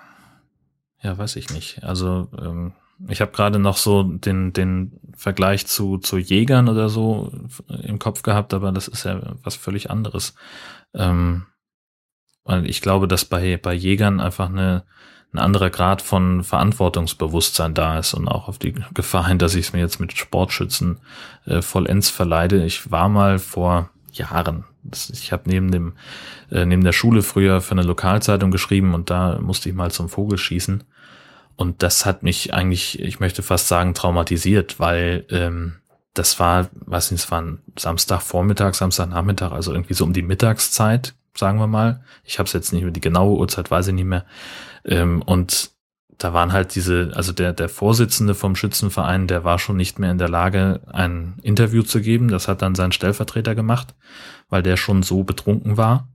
ja, weiß ich nicht. Also ähm, ich habe gerade noch so den den Vergleich zu zu Jägern oder so im Kopf gehabt, aber das ist ja was völlig anderes. Ähm, weil ich glaube, dass bei bei Jägern einfach eine ein anderer Grad von Verantwortungsbewusstsein da ist und auch auf die Gefahr hin, dass ich es mir jetzt mit Sportschützen äh, vollends verleide. Ich war mal vor Jahren, das, ich habe neben dem äh, neben der Schule früher für eine Lokalzeitung geschrieben und da musste ich mal zum Vogelschießen. Und das hat mich eigentlich, ich möchte fast sagen, traumatisiert, weil ähm, das war, weiß nicht, es war ein Samstagvormittag, Samstagnachmittag, also irgendwie so um die Mittagszeit, sagen wir mal. Ich habe es jetzt nicht mehr, die genaue Uhrzeit weiß ich nicht mehr. Ähm, und da waren halt diese, also der der Vorsitzende vom Schützenverein, der war schon nicht mehr in der Lage, ein Interview zu geben. Das hat dann sein Stellvertreter gemacht, weil der schon so betrunken war.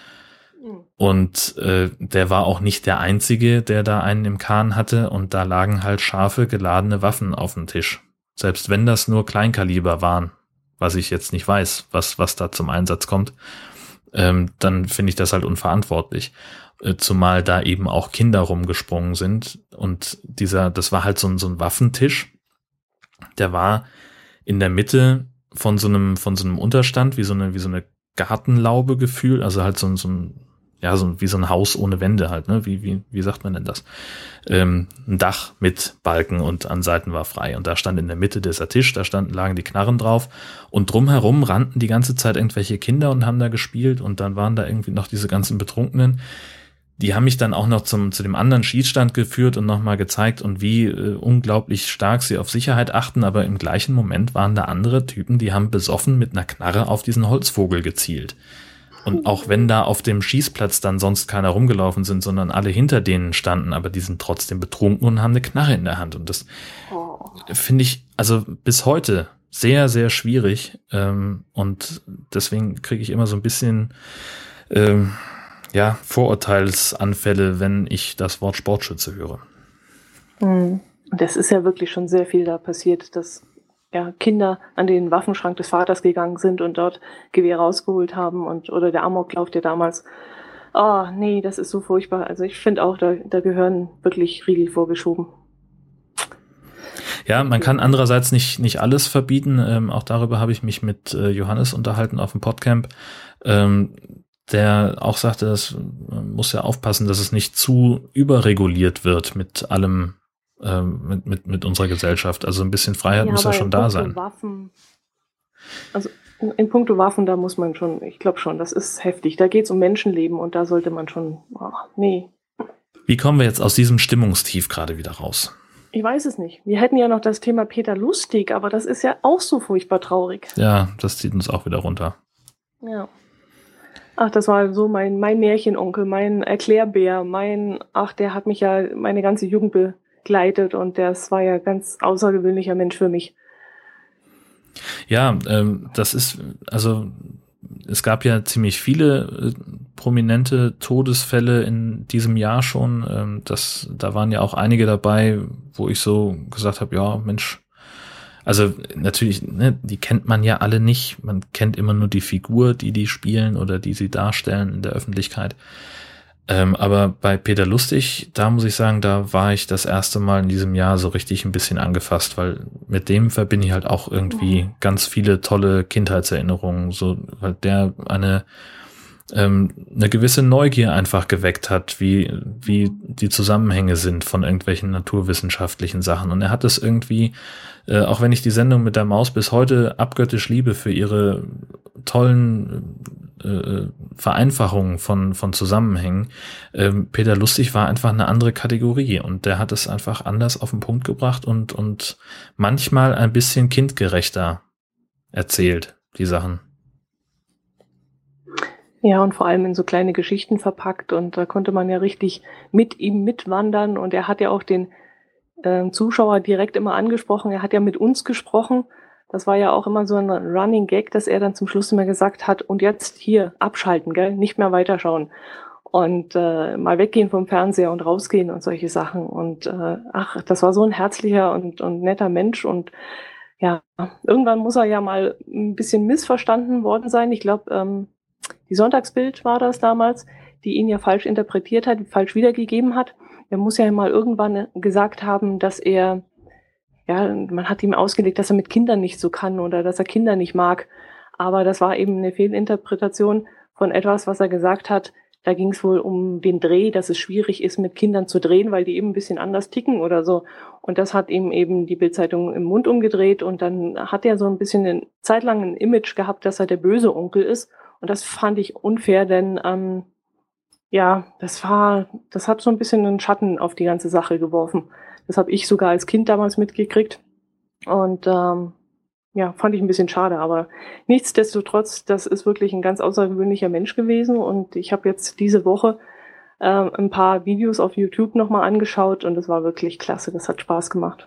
Und äh, der war auch nicht der Einzige, der da einen im Kahn hatte. Und da lagen halt scharfe, geladene Waffen auf dem Tisch. Selbst wenn das nur Kleinkaliber waren, was ich jetzt nicht weiß, was was da zum Einsatz kommt, ähm, dann finde ich das halt unverantwortlich. Äh, zumal da eben auch Kinder rumgesprungen sind. Und dieser, das war halt so ein, so ein Waffentisch. Der war in der Mitte von so einem von so einem Unterstand, wie so eine wie so eine Gartenlaube gefühlt, also halt so, so ein ja, so wie so ein Haus ohne Wände halt, ne? Wie, wie, wie sagt man denn das? Ähm, ein Dach mit Balken und an Seiten war frei. Und da stand in der Mitte dieser Tisch, da standen, lagen die Knarren drauf. Und drumherum rannten die ganze Zeit irgendwelche Kinder und haben da gespielt. Und dann waren da irgendwie noch diese ganzen Betrunkenen. Die haben mich dann auch noch zum, zu dem anderen Schießstand geführt und nochmal gezeigt und wie äh, unglaublich stark sie auf Sicherheit achten. Aber im gleichen Moment waren da andere Typen, die haben besoffen mit einer Knarre auf diesen Holzvogel gezielt. Und auch wenn da auf dem Schießplatz dann sonst keiner rumgelaufen sind, sondern alle hinter denen standen, aber die sind trotzdem betrunken und haben eine Knarre in der Hand. Und das oh. finde ich also bis heute sehr, sehr schwierig. Ähm, und deswegen kriege ich immer so ein bisschen ähm, ja, Vorurteilsanfälle, wenn ich das Wort Sportschütze höre. Und das ist ja wirklich schon sehr viel da passiert, dass ja, Kinder an den Waffenschrank des Vaters gegangen sind und dort Gewehr rausgeholt haben und oder der Amoklauf, der damals Oh, nee, das ist so furchtbar. Also ich finde auch, da, da gehören wirklich Riegel vorgeschoben. Ja, man kann andererseits nicht nicht alles verbieten. Ähm, auch darüber habe ich mich mit äh, Johannes unterhalten auf dem Podcamp, ähm, der auch sagte, dass man muss ja aufpassen, dass es nicht zu überreguliert wird mit allem, ähm, mit, mit, mit unserer Gesellschaft. Also ein bisschen Freiheit Ja, muss ja aber schon in da puncto sein. Waffen, also in, in puncto Waffen, da muss man schon, ich glaube schon, das ist heftig. Da geht es um Menschenleben und da sollte man schon, ach, nee. Wie kommen wir jetzt aus diesem Stimmungstief gerade wieder raus? Ich weiß es nicht. Wir hätten ja noch das Thema Peter Lustig, aber das ist ja auch so furchtbar traurig. Ja, das zieht uns auch wieder runter. Ja. Ach, das war so mein, mein Märchenonkel, mein Erklärbär, mein, ach, der hat mich ja meine ganze Jugend begleitet und das war ja ganz außergewöhnlicher Mensch für mich. Ja, ähm, das ist, also es gab ja ziemlich viele äh, prominente Todesfälle in diesem Jahr schon. Ähm, das, da waren ja auch einige dabei, wo ich so gesagt habe, ja, Mensch, also natürlich, ne, die kennt man ja alle nicht. Man kennt immer nur die Figur, die die spielen oder die sie darstellen in der Öffentlichkeit. Ähm, aber bei Peter Lustig, da muss ich sagen, da war ich das erste Mal in diesem Jahr so richtig ein bisschen angefasst, weil mit dem verbinde ich halt auch irgendwie ganz viele tolle Kindheitserinnerungen, so, weil der eine ähm, eine gewisse Neugier einfach geweckt hat, wie wie die Zusammenhänge sind von irgendwelchen naturwissenschaftlichen Sachen. Und er hat es irgendwie, äh, auch wenn ich die Sendung mit der Maus bis heute abgöttisch liebe für ihre tollen äh, Vereinfachungen von von Zusammenhängen, ähm, Peter Lustig war einfach eine andere Kategorie und der hat es einfach anders auf den Punkt gebracht und und manchmal ein bisschen kindgerechter erzählt, die Sachen. Ja, und vor allem in so kleine Geschichten verpackt und da konnte man ja richtig mit ihm mitwandern und er hat ja auch den äh, Zuschauer direkt immer angesprochen, er hat ja mit uns gesprochen. Das war ja auch immer so ein Running Gag, dass er dann zum Schluss immer gesagt hat, und jetzt hier abschalten, gell, nicht mehr weiterschauen und äh, mal weggehen vom Fernseher und rausgehen und solche Sachen. Und äh, ach, das war so ein herzlicher und, und netter Mensch und ja, irgendwann muss er ja mal ein bisschen missverstanden worden sein. Ich glaube, ähm, die Sonntagsbild war das damals, die ihn ja falsch interpretiert hat, falsch wiedergegeben hat. Er muss ja mal irgendwann gesagt haben, dass er, ja, man hat ihm ausgelegt, dass er mit Kindern nicht so kann oder dass er Kinder nicht mag. Aber das war eben eine Fehlinterpretation von etwas, was er gesagt hat. Da ging es wohl um den Dreh, dass es schwierig ist, mit Kindern zu drehen, weil die eben ein bisschen anders ticken oder so. Und das hat ihm eben die Bild-Zeitung im Mund umgedreht. Und dann hat er so ein bisschen eine Zeit lang ein Image gehabt, dass er der böse Onkel ist. Und das fand ich unfair, denn ähm, ja, das war, das hat so ein bisschen einen Schatten auf die ganze Sache geworfen. Das habe ich sogar als Kind damals mitgekriegt. Und ähm, ja, fand ich ein bisschen schade. Aber nichtsdestotrotz, das ist wirklich ein ganz außergewöhnlicher Mensch gewesen. Und ich habe jetzt diese Woche äh, ein paar Videos auf YouTube nochmal angeschaut und das war wirklich klasse. Das hat Spaß gemacht.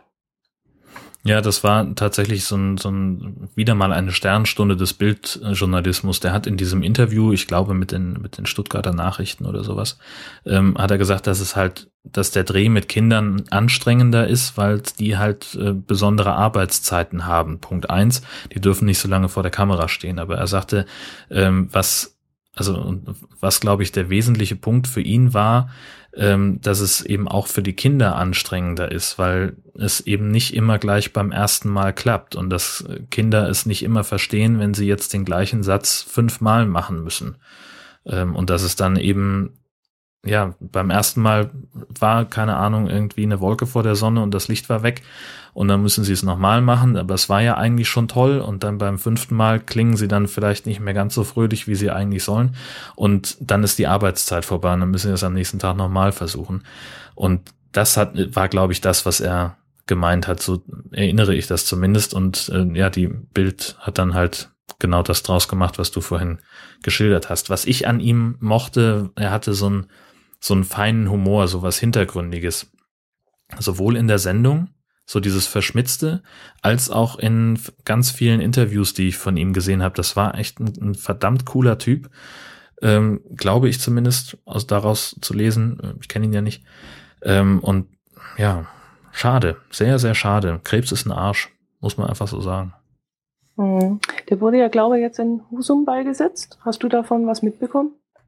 Ja, das war tatsächlich so ein, so ein, wieder mal eine Sternstunde des Bildjournalismus. Der hat in diesem Interview, ich glaube mit den, mit den Stuttgarter Nachrichten oder sowas, ähm, hat er gesagt, dass es halt, dass der Dreh mit Kindern anstrengender ist, weil die halt äh, besondere Arbeitszeiten haben. Punkt eins, die dürfen nicht so lange vor der Kamera stehen. Aber er sagte, ähm, was, also, was glaube ich der wesentliche Punkt für ihn war, ähm, dass es eben auch für die Kinder anstrengender ist, weil es eben nicht immer gleich beim ersten Mal klappt und dass Kinder es nicht immer verstehen, wenn sie jetzt den gleichen Satz fünfmal machen müssen. Ähm, und dass es dann eben, ja, beim ersten Mal war, keine Ahnung, irgendwie eine Wolke vor der Sonne und das Licht war weg und dann müssen sie es nochmal machen, aber es war ja eigentlich schon toll und dann beim fünften Mal klingen sie dann vielleicht nicht mehr ganz so fröhlich, wie sie eigentlich sollen und dann ist die Arbeitszeit vorbei und dann müssen sie es am nächsten Tag nochmal versuchen und das hat, war, glaube ich, das, was er gemeint hat, so erinnere ich das zumindest und äh, ja, die Bild hat dann halt genau das draus gemacht, was du vorhin geschildert hast. Was ich an ihm mochte, er hatte so ein so einen feinen Humor, so was Hintergründiges. Sowohl in der Sendung, so dieses Verschmitzte, als auch in ganz vielen Interviews, die ich von ihm gesehen habe. Das war echt ein, ein verdammt cooler Typ, ähm, glaube ich zumindest, aus daraus zu lesen. Ich kenne ihn ja nicht. Ähm, und ja, schade, sehr, sehr schade. Krebs ist ein Arsch, muss man einfach so sagen. Mhm. Der wurde ja, glaube ich, jetzt in Husum beigesetzt. Hast du davon was mitbekommen?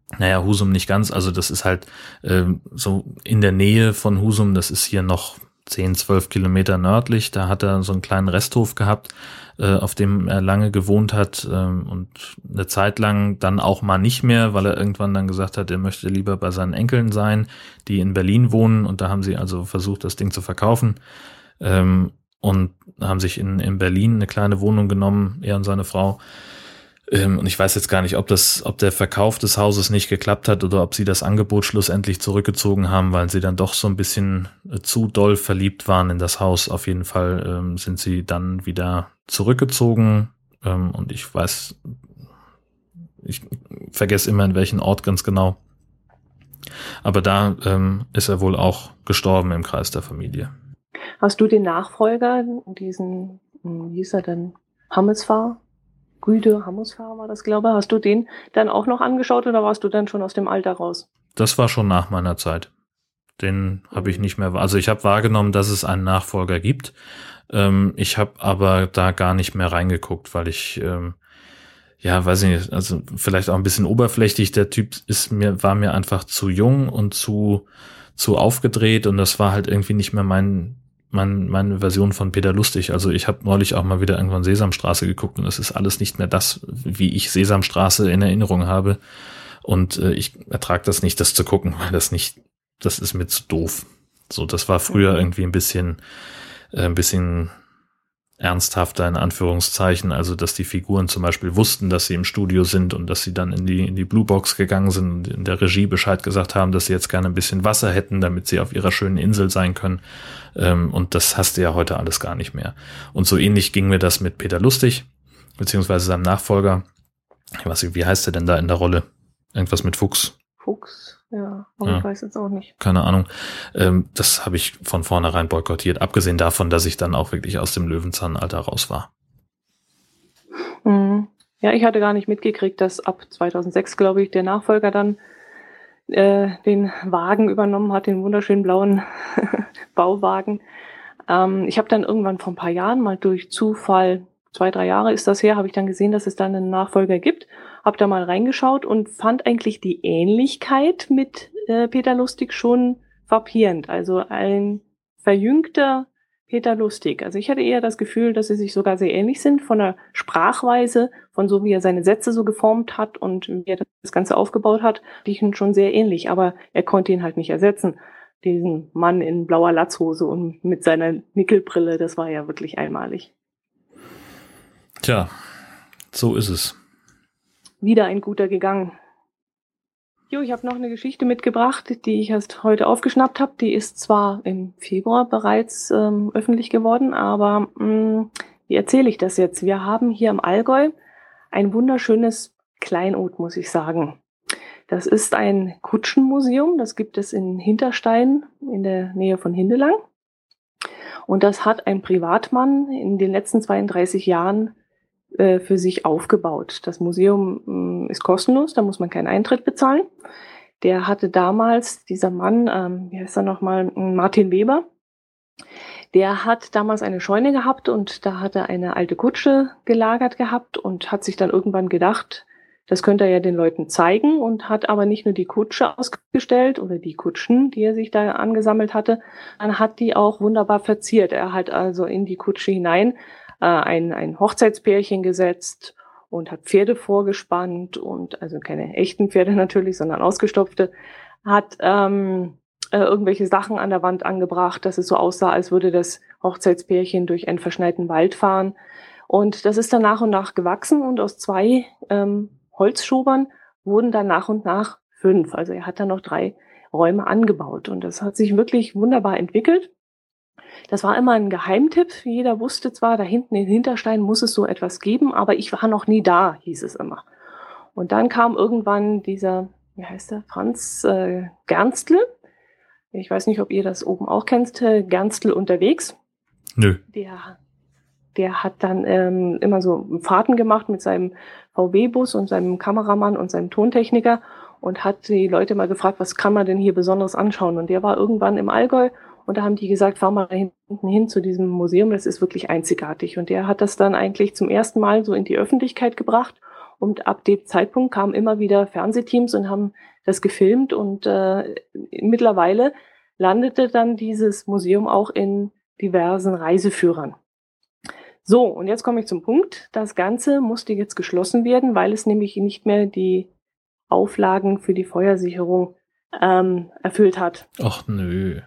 naja, Husum nicht ganz, also das ist halt ähm, so in der Nähe von Husum, das ist hier noch zehn, zwölf Kilometer nördlich, da hat er so einen kleinen Resthof gehabt, äh, auf dem er lange gewohnt hat ähm, und eine Zeit lang dann auch mal nicht mehr, weil er irgendwann dann gesagt hat, er möchte lieber bei seinen Enkeln sein, die in Berlin wohnen, und da haben sie also versucht, das Ding zu verkaufen ähm, und haben sich in, in Berlin eine kleine Wohnung genommen, er und seine Frau. Und ich weiß jetzt gar nicht, ob das, ob der Verkauf des Hauses nicht geklappt hat oder ob sie das Angebot schlussendlich zurückgezogen haben, weil sie dann doch so ein bisschen zu doll verliebt waren in das Haus. Auf jeden Fall ähm, sind sie dann wieder zurückgezogen. Ähm, und ich weiß, ich vergesse immer in welchen Ort ganz genau. Aber da ähm, ist er wohl auch gestorben im Kreis der Familie. Hast du den Nachfolger, diesen, wie hieß er denn, Hammesfahr? Rüde Hammesfahr war das, glaube ich. Hast du den dann auch noch angeschaut oder warst du dann schon aus dem Alter raus? Das war schon nach meiner Zeit. Den habe ich nicht mehr, also ich habe wahrgenommen, dass es einen Nachfolger gibt. Ähm, ich habe aber da gar nicht mehr reingeguckt, weil ich, ähm, ja, weiß ich nicht, also vielleicht auch ein bisschen oberflächlich. Der Typ ist mir, war mir einfach zu jung und zu, zu aufgedreht, und das war halt irgendwie nicht mehr mein, mein meine Version von Peter Lustig. Also ich habe neulich auch mal wieder irgendwann Sesamstraße geguckt, und es ist alles nicht mehr das, wie ich Sesamstraße in Erinnerung habe. Und äh, ich ertrage das nicht, das zu gucken, weil das nicht, das ist mir zu doof. So, das war früher irgendwie ein bisschen, äh, ein bisschen ernsthafter in Anführungszeichen, also dass die Figuren zum Beispiel wussten, dass sie im Studio sind und dass sie dann in die in die Bluebox gegangen sind und in der Regie Bescheid gesagt haben, dass sie jetzt gerne ein bisschen Wasser hätten, damit sie auf ihrer schönen Insel sein können. Ähm, und das hast du ja heute alles gar nicht mehr. Und so ähnlich ging mir das mit Peter Lustig, beziehungsweise seinem Nachfolger. Ich weiß nicht, wie heißt der denn da in der Rolle? Irgendwas mit Fuchs. Fuchs, ja, aber ja. Ich weiß jetzt auch nicht. Keine Ahnung. Ähm, das habe ich von vornherein boykottiert, abgesehen davon, dass ich dann auch wirklich aus dem Löwenzahnalter raus war. Mhm. Ja, ich hatte gar nicht mitgekriegt, dass ab zweitausendsechs, glaube ich, der Nachfolger dann äh, den Wagen übernommen hat, den wunderschönen blauen Bauwagen. Ähm, ich habe dann irgendwann vor ein paar Jahren mal durch Zufall, zwei, drei Jahre ist das her, habe ich dann gesehen, dass es dann einen Nachfolger gibt. Hab da mal reingeschaut und fand eigentlich die Ähnlichkeit mit äh, Peter Lustig schon frappierend. Also ein verjüngter Peter Lustig. Also ich hatte eher das Gefühl, dass sie sich sogar sehr ähnlich sind von der Sprachweise, von so wie er seine Sätze so geformt hat und wie er das Ganze aufgebaut hat, die sind schon sehr ähnlich. Aber er konnte ihn halt nicht ersetzen. Diesen Mann in blauer Latzhose und mit seiner Nickelbrille, das war ja wirklich einmalig. Tja, so ist es. Wieder ein guter gegangen. Jo, ich habe noch eine Geschichte mitgebracht, die ich erst heute aufgeschnappt habe. Die ist zwar im Februar bereits ähm, öffentlich geworden, aber mh, wie erzähle ich das jetzt? Wir haben hier im Allgäu ein wunderschönes Kleinod, muss ich sagen. Das ist ein Kutschenmuseum, das gibt es in Hinterstein in der Nähe von Hindelang. Und das hat ein Privatmann in den letzten zweiunddreißig Jahren für sich aufgebaut. Das Museum ist kostenlos, da muss man keinen Eintritt bezahlen. Der hatte damals, dieser Mann, ähm, wie heißt er nochmal, Martin Weber, der hat damals eine Scheune gehabt und da hat er eine alte Kutsche gelagert gehabt und hat sich dann irgendwann gedacht, das könnte er ja den Leuten zeigen, und hat aber nicht nur die Kutsche ausgestellt oder die Kutschen, die er sich da angesammelt hatte, dann hat die auch wunderbar verziert. Er hat also in die Kutsche hinein Ein, ein Hochzeitspärchen gesetzt und hat Pferde vorgespannt, und also keine echten Pferde natürlich, sondern ausgestopfte, hat ähm, äh, irgendwelche Sachen an der Wand angebracht, dass es so aussah, als würde das Hochzeitspärchen durch einen verschneiten Wald fahren. Und das ist dann nach und nach gewachsen, und aus zwei ähm, Holzschobern wurden dann nach und nach fünf. Also er hat dann noch drei Räume angebaut, und das hat sich wirklich wunderbar entwickelt. Das war immer ein Geheimtipp. Jeder wusste zwar, da hinten in Hinterstein muss es so etwas geben, aber ich war noch nie da, hieß es immer. Und dann kam irgendwann dieser, wie heißt der, Franz äh, Gernstle. Ich weiß nicht, ob ihr das oben auch kennt, äh, Gernstle unterwegs. Nö. Der, der hat dann ähm, immer so Fahrten gemacht mit seinem V W-Bus und seinem Kameramann und seinem Tontechniker und hat die Leute mal gefragt, was kann man denn hier Besonderes anschauen? Und der war irgendwann im Allgäu. Und da haben die gesagt, fahr mal da hinten hin zu diesem Museum, das ist wirklich einzigartig. Und der hat das dann eigentlich zum ersten Mal so in die Öffentlichkeit gebracht Und ab dem Zeitpunkt kamen immer wieder Fernsehteams und haben das gefilmt. Und äh, mittlerweile landete dann dieses Museum auch in diversen Reiseführern. So, und jetzt komme ich zum Punkt. Das Ganze musste jetzt geschlossen werden, weil es nämlich nicht mehr die Auflagen für die Feuersicherung ähm, erfüllt hat. Ach nö.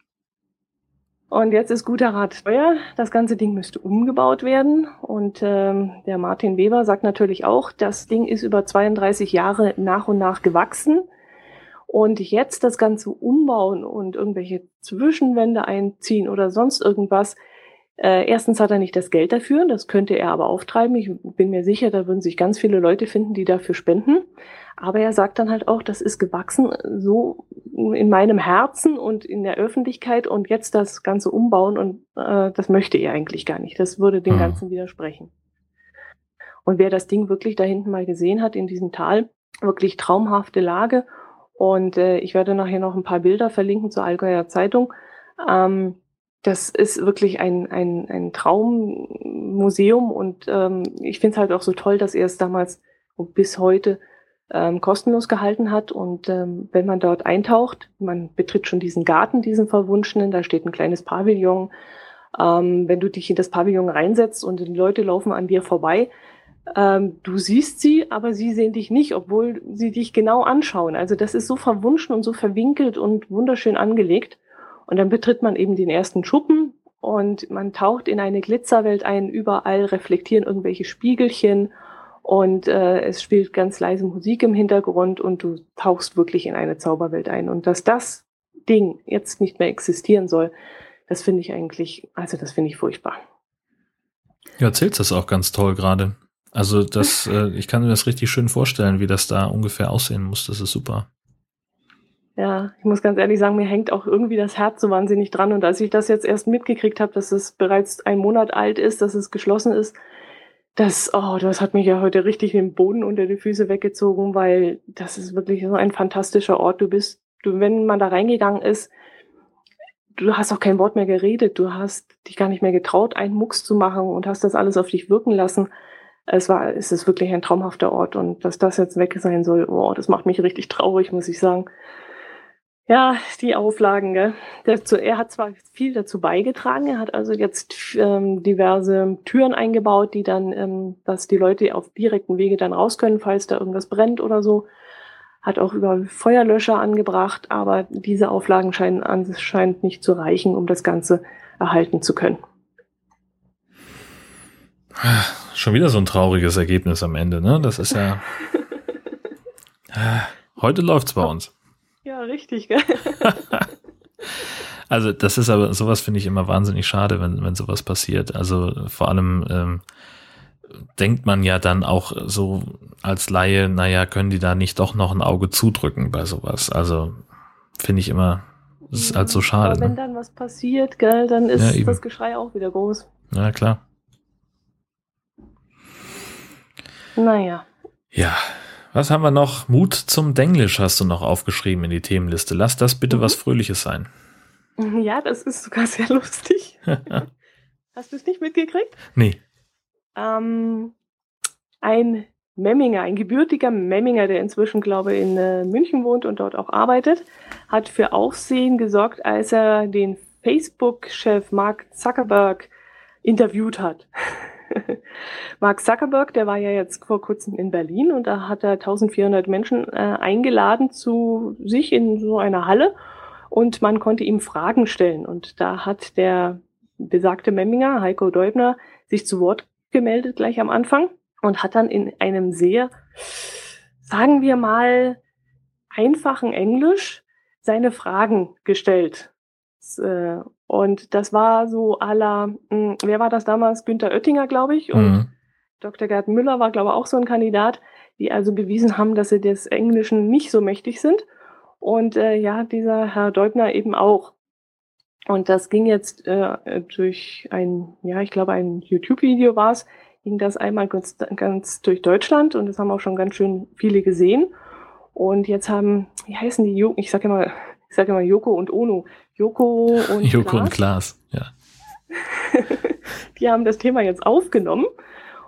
Und jetzt ist guter Rat teuer. Das ganze Ding müsste umgebaut werden. Und ähm, der Martin Weber sagt natürlich auch, das Ding ist über zweiunddreißig Jahre nach und nach gewachsen. Und jetzt das Ganze umbauen und irgendwelche Zwischenwände einziehen oder sonst irgendwas. Äh, erstens hat er nicht das Geld dafür, das könnte er aber auftreiben. Ich bin mir sicher, da würden sich ganz viele Leute finden, die dafür spenden. Aber er sagt dann halt auch, das ist gewachsen so in meinem Herzen und in der Öffentlichkeit und jetzt das Ganze umbauen und äh, das möchte er eigentlich gar nicht. Das würde dem Ganzen widersprechen. Und wer das Ding wirklich da hinten mal gesehen hat in diesem Tal, wirklich traumhafte Lage. Und äh, ich werde nachher noch ein paar Bilder verlinken zur Allgäuer Zeitung. Ähm, Das ist wirklich ein, ein, ein Traummuseum und ähm, ich finde es halt auch so toll, dass er es damals und bis heute ähm, kostenlos gehalten hat. Und ähm, wenn man dort eintaucht, man betritt schon diesen Garten, diesen verwunschenen, da steht ein kleines Pavillon. Ähm, wenn du dich in das Pavillon reinsetzt und die Leute laufen an dir vorbei, ähm, du siehst sie, aber sie sehen dich nicht, obwohl sie dich genau anschauen. Also das ist so verwunschen und so verwinkelt und wunderschön angelegt. Und dann betritt man eben den ersten Schuppen und man taucht in eine Glitzerwelt ein. Überall reflektieren irgendwelche Spiegelchen und äh, es spielt ganz leise Musik im Hintergrund und du tauchst wirklich in eine Zauberwelt ein. Und dass das Ding jetzt nicht mehr existieren soll, das finde ich eigentlich, also das finde ich furchtbar. Du erzählst das auch ganz toll gerade. Also das, äh, ich kann mir das richtig schön vorstellen, wie das da ungefähr aussehen muss. Das ist super. Ja, ich muss ganz ehrlich sagen, mir hängt auch irgendwie das Herz so wahnsinnig dran. Und als ich das jetzt erst mitgekriegt habe, dass es bereits ein Monat alt ist, dass es geschlossen ist, das, oh, das hat mich ja heute richtig den Boden unter die Füße weggezogen, weil das ist wirklich so ein fantastischer Ort. Du bist, du, wenn man da reingegangen ist, du hast auch kein Wort mehr geredet. Du hast dich gar nicht mehr getraut, einen Mucks zu machen und hast das alles auf dich wirken lassen. Es war, es ist wirklich ein traumhafter Ort. Und dass das jetzt weg sein soll, oh, das macht mich richtig traurig, muss ich sagen. Ja, die Auflagen, gell. Dazu, er hat zwar viel dazu beigetragen, er hat also jetzt ähm, diverse Türen eingebaut, die dann, ähm, dass die Leute auf direkten Wege dann raus können, falls da irgendwas brennt oder so. Hat auch über Feuerlöscher angebracht, aber diese Auflagen scheinen anscheinend nicht zu reichen, um das Ganze erhalten zu können. Schon wieder so ein trauriges Ergebnis am Ende, ne? Das ist ja... Heute läuft's bei uns. Ja, richtig, gell? Also das ist aber, sowas finde ich immer wahnsinnig schade, wenn, wenn sowas passiert. Also vor allem ähm, denkt man ja dann auch so als Laie, naja, können die da nicht doch noch ein Auge zudrücken bei sowas? Also finde ich immer, das ist halt so schade. Aber wenn ne? dann was passiert, gell, dann ist Ja, das Geschrei auch wieder groß. Ja, klar. Naja. Ja. Was haben wir noch? Mut zum Denglisch hast du noch aufgeschrieben in die Themenliste. Lass das bitte mhm. was Fröhliches sein. Ja, das ist sogar sehr lustig. Hast du es nicht mitgekriegt? Nee. Ähm, ein Memminger, ein gebürtiger Memminger, der inzwischen, glaube ich, in äh, München wohnt und dort auch arbeitet, hat für Aufsehen gesorgt, als er den Facebook-Chef Mark Zuckerberg interviewt hat. Mark Zuckerberg, der war ja jetzt vor kurzem in Berlin und da hat er eintausendvierhundert Menschen äh, eingeladen zu sich in so einer Halle und man konnte ihm Fragen stellen. Und da hat der besagte Memminger, Heiko Deubner, sich zu Wort gemeldet gleich am Anfang und hat dann in einem sehr, sagen wir mal, einfachen Englisch seine Fragen gestellt. Und das war so à la, mh, wer war das damals? Günther Oettinger, glaube ich. Und mhm. Doktor Gerd Müller war, glaube ich, auch so ein Kandidat, die also bewiesen haben, dass sie des Englischen nicht so mächtig sind. Und äh, ja, dieser Herr Deubner eben auch. Und das ging jetzt äh, durch ein, ja, ich glaube, ein YouTube-Video war es, ging das einmal ganz, ganz durch Deutschland und das haben auch schon ganz schön viele gesehen. Und jetzt haben, wie heißen die, ich sage immer, ich sage immer Joko und Ono. Joko und Joko Klaas. und Klaas, ja. Die haben das Thema jetzt aufgenommen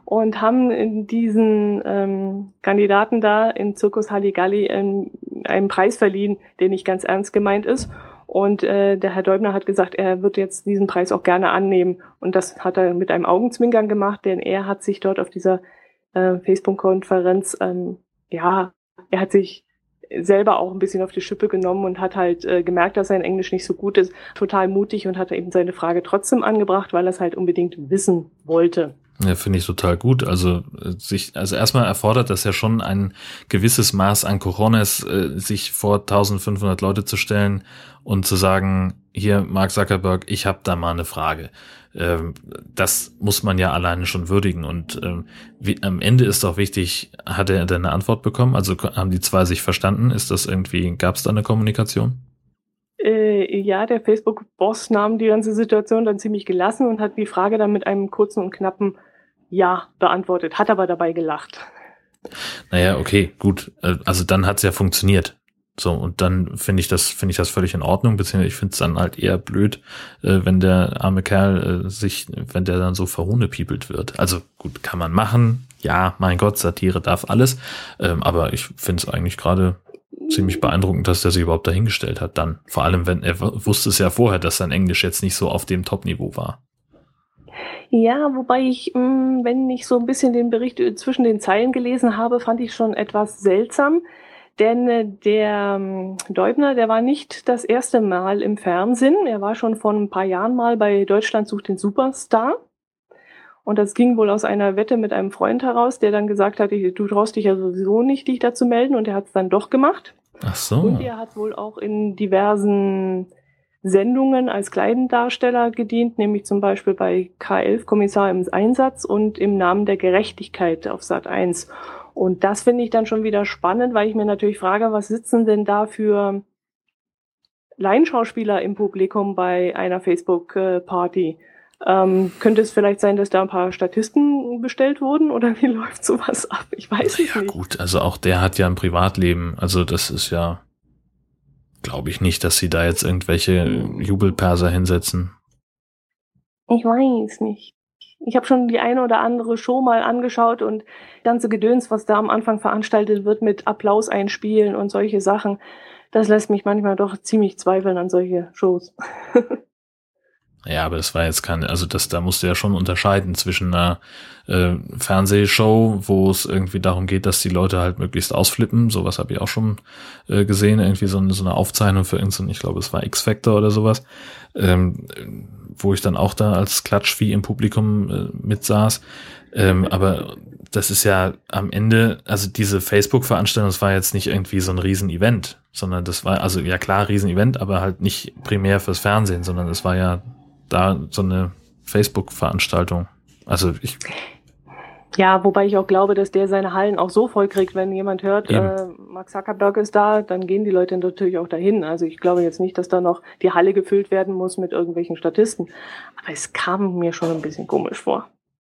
und haben diesen ähm, Kandidaten da in Circus Halligalli ähm, einen Preis verliehen, der nicht ganz ernst gemeint ist. Und äh, der Herr Deubner hat gesagt, er wird jetzt diesen Preis auch gerne annehmen. Und das hat er mit einem Augenzwinkern gemacht, denn er hat sich dort auf dieser äh, Facebook-Konferenz, ähm, ja, er hat sich selber auch ein bisschen auf die Schippe genommen und hat halt äh, gemerkt, dass sein Englisch nicht so gut ist. Total mutig und hat eben seine Frage trotzdem angebracht, weil er es halt unbedingt wissen wollte. Ja, finde ich total gut. Also sich, also erstmal erfordert das ja schon ein gewisses Maß an Cojones, äh, sich vor eintausendfünfhundert Leute zu stellen und zu sagen, hier Mark Zuckerberg, ich habe da mal eine Frage. Ähm, das muss man ja alleine schon würdigen. Und ähm, wie, am Ende ist doch wichtig, hat er denn eine Antwort bekommen? Also haben die zwei sich verstanden? Ist das irgendwie, gab es da eine Kommunikation? Äh, ja, der Facebook-Boss nahm die ganze Situation dann ziemlich gelassen und hat die Frage dann mit einem kurzen und knappen Ja beantwortet, hat aber dabei gelacht. Naja, okay, gut. Also dann hat's ja funktioniert. So, und dann finde ich das, finde ich das völlig in Ordnung, beziehungsweise ich finde es dann halt eher blöd, äh, wenn der arme Kerl äh, sich, wenn der dann so verhuhnepiepelt wird. Also gut, kann man machen. Ja, mein Gott, Satire darf alles. Ähm, aber ich finde es eigentlich gerade ziemlich beeindruckend, dass der sich überhaupt dahingestellt hat dann. Vor allem, wenn er w- wusste es ja vorher, dass sein Englisch jetzt nicht so auf dem Top-Niveau war. Ja, wobei ich, mh, wenn ich so ein bisschen den Bericht zwischen den Zeilen gelesen habe, fand ich schon etwas seltsam. Denn äh, der ähm, Deubner, der war nicht das erste Mal im Fernsehen. Er war schon vor ein paar Jahren mal bei Deutschland sucht den Superstar. Und das ging wohl aus einer Wette mit einem Freund heraus, der dann gesagt hat, du traust dich ja sowieso nicht, dich da zu melden. Und er hat es dann doch gemacht. Ach so. Und er hat wohl auch in diversen Sendungen als Kleidendarsteller gedient, nämlich zum Beispiel bei K elf, Kommissar im Einsatz und im Namen der Gerechtigkeit auf Sat eins. Und das finde ich dann schon wieder spannend, weil ich mir natürlich frage, was sitzen denn da für Laienschauspieler im Publikum bei einer Facebook-Party? Ähm, könnte es vielleicht sein, dass da ein paar Statisten bestellt wurden oder wie läuft sowas ab? Ich weiß es ja, nicht. Ja gut, also auch der hat ja ein Privatleben, also das ist ja, glaube ich nicht, dass sie da jetzt irgendwelche Jubelperser hinsetzen. Ich weiß nicht. Ich habe schon die eine oder andere Show mal angeschaut und ganze Gedöns, was da am Anfang veranstaltet wird mit Applaus einspielen und solche Sachen, das lässt mich manchmal doch ziemlich zweifeln an solche Shows. Ja, aber das war jetzt keine, also das, da musst du ja schon unterscheiden zwischen einer äh, Fernsehshow, wo es irgendwie darum geht, dass die Leute halt möglichst ausflippen, sowas habe ich auch schon äh, gesehen, irgendwie so eine, so eine Aufzeichnung für irgendein, ich glaube, es war X-Factor oder sowas, ähm, wo ich dann auch da als Klatschvieh im Publikum äh, mitsaß, ähm, aber das ist ja am Ende, also diese Facebook-Veranstaltung, das war jetzt nicht irgendwie so ein Riesen-Event, sondern das war, also ja klar, Riesen-Event, aber halt nicht primär fürs Fernsehen, sondern es war ja da so eine Facebook-Veranstaltung. Also ich... Ja, wobei ich auch glaube, dass der seine Hallen auch so voll kriegt, wenn jemand hört, äh, Mark Zuckerberg ist da, dann gehen die Leute natürlich auch dahin. Also ich glaube jetzt nicht, dass da noch die Halle gefüllt werden muss mit irgendwelchen Statisten. Aber es kam mir schon ein bisschen komisch vor.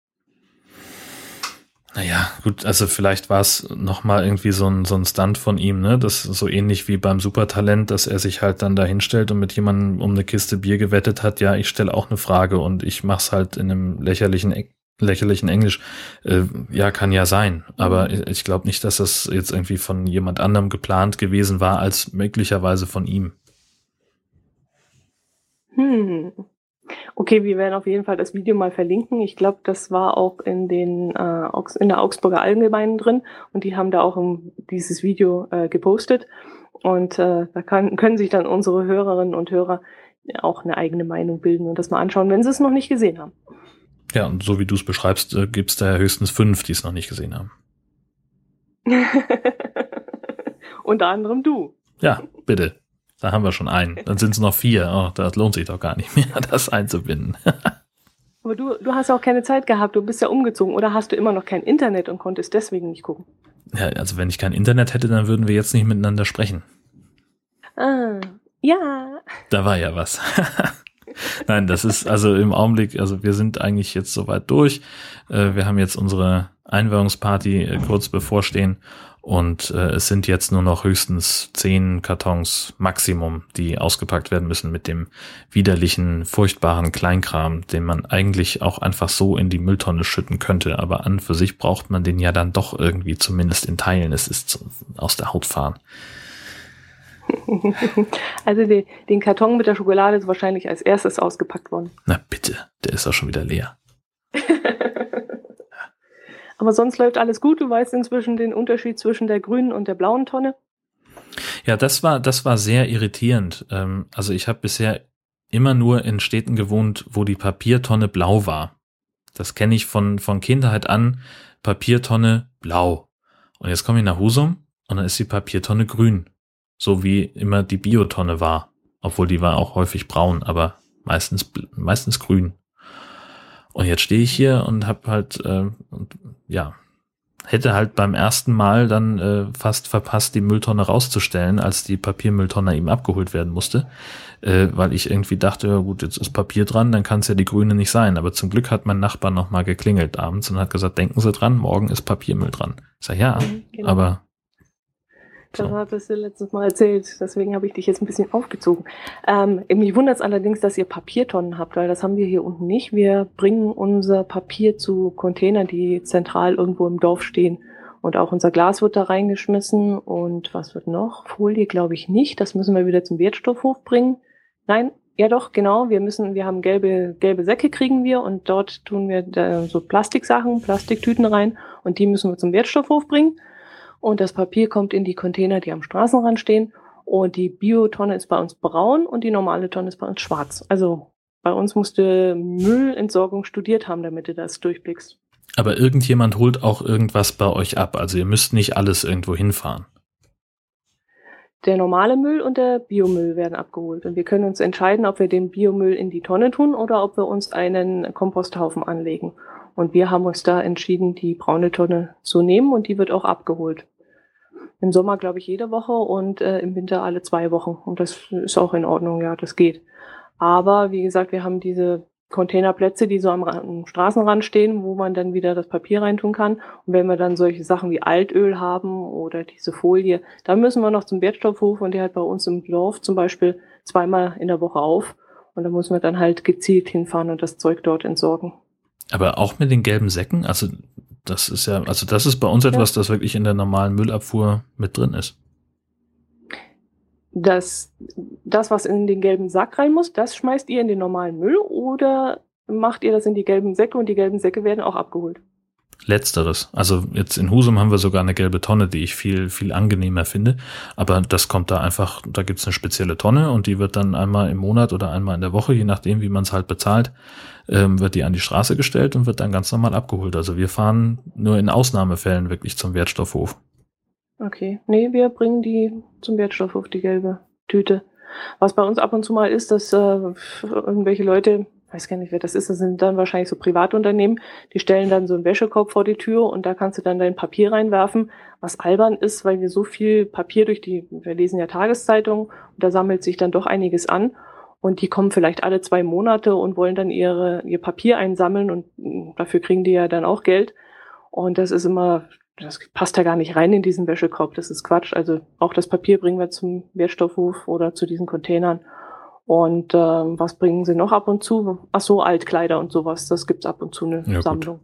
Naja, gut, also vielleicht war es nochmal irgendwie so ein, so ein Stunt von ihm, ne? Das ist so ähnlich wie beim Supertalent, dass er sich halt dann da hinstellt und mit jemandem um eine Kiste Bier gewettet hat, ja, ich stelle auch eine Frage und ich mach's halt in einem lächerlichen, lächerlichen Englisch. Äh, ja, kann ja sein, aber ich glaube nicht, dass das jetzt irgendwie von jemand anderem geplant gewesen war, als möglicherweise von ihm. Hm. Okay, wir werden auf jeden Fall das Video mal verlinken. Ich glaube, das war auch in den äh, in der Augsburger Allgemeinen drin und die haben da auch um, dieses Video äh, gepostet und äh, da kann, können sich dann unsere Hörerinnen und Hörer auch eine eigene Meinung bilden und das mal anschauen, wenn sie es noch nicht gesehen haben. Ja, und so wie du es beschreibst, äh, gibt es da ja höchstens fünf, die es noch nicht gesehen haben. Unter anderem du. Ja, bitte. Da haben wir schon einen. Dann sind es noch vier. Oh, das lohnt sich doch gar nicht mehr, das einzubinden. Aber du, du hast auch keine Zeit gehabt. Du bist ja umgezogen. Oder hast du immer noch kein Internet und konntest deswegen nicht gucken? Ja, also wenn ich kein Internet hätte, dann würden wir jetzt nicht miteinander sprechen. Ah, ja. Da war ja was. Nein, das ist also im Augenblick, also wir sind eigentlich jetzt soweit durch. Wir haben jetzt unsere Einweihungsparty kurz bevorstehen Und äh, es sind jetzt nur noch höchstens zehn Kartons Maximum, die ausgepackt werden müssen mit dem widerlichen, furchtbaren Kleinkram, den man eigentlich auch einfach so in die Mülltonne schütten könnte. Aber an für sich braucht man den ja dann doch irgendwie, zumindest in Teilen. Es ist aus der Haut fahren. Also den, den Karton mit der Schokolade ist wahrscheinlich als erstes ausgepackt worden. Na bitte, der ist auch schon wieder leer. Aber sonst läuft alles gut. Du weißt inzwischen den Unterschied zwischen der grünen und der blauen Tonne. Ja, das war das war sehr irritierend. Also ich habe bisher immer nur in Städten gewohnt, wo die Papiertonne blau war. Das kenne ich von von Kindheit an. Papiertonne blau. Und jetzt komme ich nach Husum und dann ist die Papiertonne grün. So wie immer die Biotonne war. Obwohl die war auch häufig braun, aber meistens meistens grün. Und jetzt stehe ich hier und habe halt, äh, und, ja, hätte halt beim ersten Mal dann äh, fast verpasst, die Mülltonne rauszustellen, als die Papiermülltonne eben abgeholt werden musste, äh, weil ich irgendwie dachte, ja gut, jetzt ist Papier dran, dann kann es ja die grüne nicht sein. Aber zum Glück hat mein Nachbar nochmal geklingelt abends und hat gesagt, denken Sie dran, morgen ist Papiermüll dran. Ich sage, ja, mhm, genau. aber... Das so. Hattest du letztes Mal erzählt, deswegen habe ich dich jetzt ein bisschen aufgezogen. Ähm, mich wundert es allerdings, dass ihr Papiertonnen habt, weil das haben wir hier unten nicht. Wir bringen unser Papier zu Containern, die zentral irgendwo im Dorf stehen. Und auch unser Glas wird da reingeschmissen. Und was wird noch? Folie glaube ich nicht. Das müssen wir wieder zum Wertstoffhof bringen. Nein, ja doch, genau. Wir müssen, wir haben gelbe, gelbe Säcke kriegen wir und dort tun wir da so Plastiksachen, Plastiktüten rein und die müssen wir zum Wertstoffhof bringen. Und das Papier kommt in die Container, die am Straßenrand stehen. Und die Biotonne ist bei uns braun und die normale Tonne ist bei uns schwarz. Also bei uns musste Müllentsorgung studiert haben, damit du das durchblickst. Aber irgendjemand holt auch irgendwas bei euch ab. Also ihr müsst nicht alles irgendwo hinfahren. Der normale Müll und der Biomüll werden abgeholt. Und wir können uns entscheiden, ob wir den Biomüll in die Tonne tun oder ob wir uns einen Komposthaufen anlegen. Und wir haben uns da entschieden, die braune Tonne zu nehmen und die wird auch abgeholt. Im Sommer, glaube ich, jede Woche und äh, im Winter alle zwei Wochen. Und das ist auch in Ordnung, ja, das geht. Aber wie gesagt, wir haben diese Containerplätze, die so am, am Straßenrand stehen, wo man dann wieder das Papier reintun kann. Und wenn wir dann solche Sachen wie Altöl haben oder diese Folie, dann müssen wir noch zum Wertstoffhof und der hat bei uns im Dorf zum Beispiel zweimal in der Woche auf. Und da müssen wir dann halt gezielt hinfahren und das Zeug dort entsorgen. Aber auch mit den gelben Säcken? Also das ist ja, also das ist bei uns etwas, ja. Das wirklich in der normalen Müllabfuhr mit drin ist. Das, das, was in den gelben Sack rein muss, das schmeißt ihr in den normalen Müll oder macht ihr das in die gelben Säcke und die gelben Säcke werden auch abgeholt? Letzteres. Also jetzt in Husum haben wir sogar eine gelbe Tonne, die ich viel, viel angenehmer finde. Aber das kommt da einfach, da gibt's eine spezielle Tonne und die wird dann einmal im Monat oder einmal in der Woche, je nachdem, wie man es halt bezahlt, ähm, wird die an die Straße gestellt und wird dann ganz normal abgeholt. Also wir fahren nur in Ausnahmefällen wirklich zum Wertstoffhof. Okay, nee, wir bringen die zum Wertstoffhof, die gelbe Tüte. Was bei uns ab und zu mal ist, dass äh, irgendwelche Leute, weiß gar nicht, wer das ist, das sind dann wahrscheinlich so Privatunternehmen, die stellen dann so einen Wäschekorb vor die Tür und da kannst du dann dein Papier reinwerfen, was albern ist, weil wir so viel Papier durch die, wir lesen ja Tageszeitungen und da sammelt sich dann doch einiges an und die kommen vielleicht alle zwei Monate und wollen dann ihre ihr Papier einsammeln und dafür kriegen die ja dann auch Geld und das ist immer, das passt ja gar nicht rein in diesen Wäschekorb, das ist Quatsch, also auch das Papier bringen wir zum Wertstoffhof oder zu diesen Containern. Und äh, was bringen sie noch ab und zu? Ach so, Altkleider und sowas. Das gibt's ab und zu eine ja, Sammlung.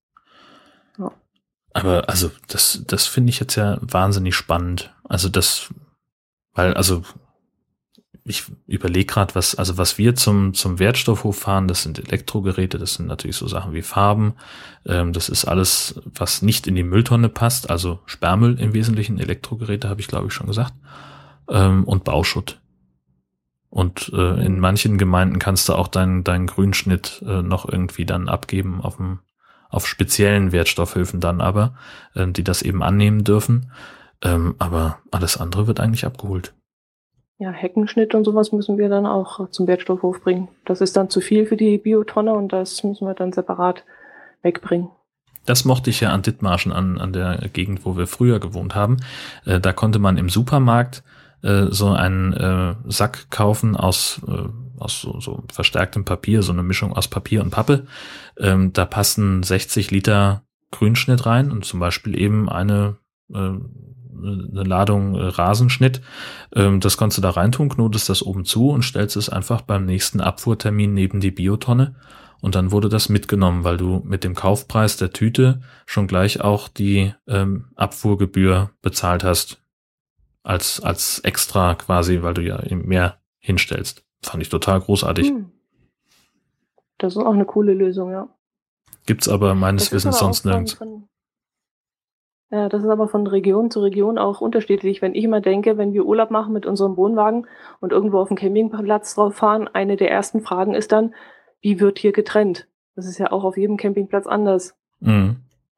Ja. Aber also das, das finde ich jetzt ja wahnsinnig spannend. Also das, weil also ich überlege gerade, was also was wir zum zum Wertstoffhof fahren. Das sind Elektrogeräte. Das sind natürlich so Sachen wie Farben. Ähm, das ist alles, was nicht in die Mülltonne passt. Also Sperrmüll im Wesentlichen. Elektrogeräte habe ich glaube ich schon gesagt. Ähm, und Bauschutt. Und äh, in manchen Gemeinden kannst du auch deinen deinen Grünschnitt äh, noch irgendwie dann abgeben auf dem auf speziellen Wertstoffhöfen dann aber, äh, die das eben annehmen dürfen. Ähm, aber alles andere wird eigentlich abgeholt. Ja, Heckenschnitt und sowas müssen wir dann auch zum Wertstoffhof bringen. Das ist dann zu viel für die Biotonne und das müssen wir dann separat wegbringen. Das mochte ich ja an Dithmarschen, an an der Gegend, wo wir früher gewohnt haben. Äh, da konnte man im Supermarkt so einen äh, Sack kaufen aus äh, aus so, so verstärktem Papier, so eine Mischung aus Papier und Pappe. Ähm, da passen sechzig Liter Grünschnitt rein und zum Beispiel eben eine äh, eine Ladung Rasenschnitt. Ähm, das kannst du da reintun, knotest das oben zu und stellst es einfach beim nächsten Abfuhrtermin neben die Biotonne. Und dann wurde das mitgenommen, weil du mit dem Kaufpreis der Tüte schon gleich auch die ähm, Abfuhrgebühr bezahlt hast. Als, als extra quasi, weil du ja mehr hinstellst. Fand ich total großartig. Hm. Das ist auch eine coole Lösung, ja. Gibt's aber meines Wissens aber sonst nirgends. Von, ja, das ist aber von Region zu Region auch unterschiedlich. Wenn ich immer denke, wenn wir Urlaub machen mit unserem Wohnwagen und irgendwo auf dem Campingplatz drauf fahren, eine der ersten Fragen ist dann, wie wird hier getrennt? Das ist ja auch auf jedem Campingplatz anders. Mhm.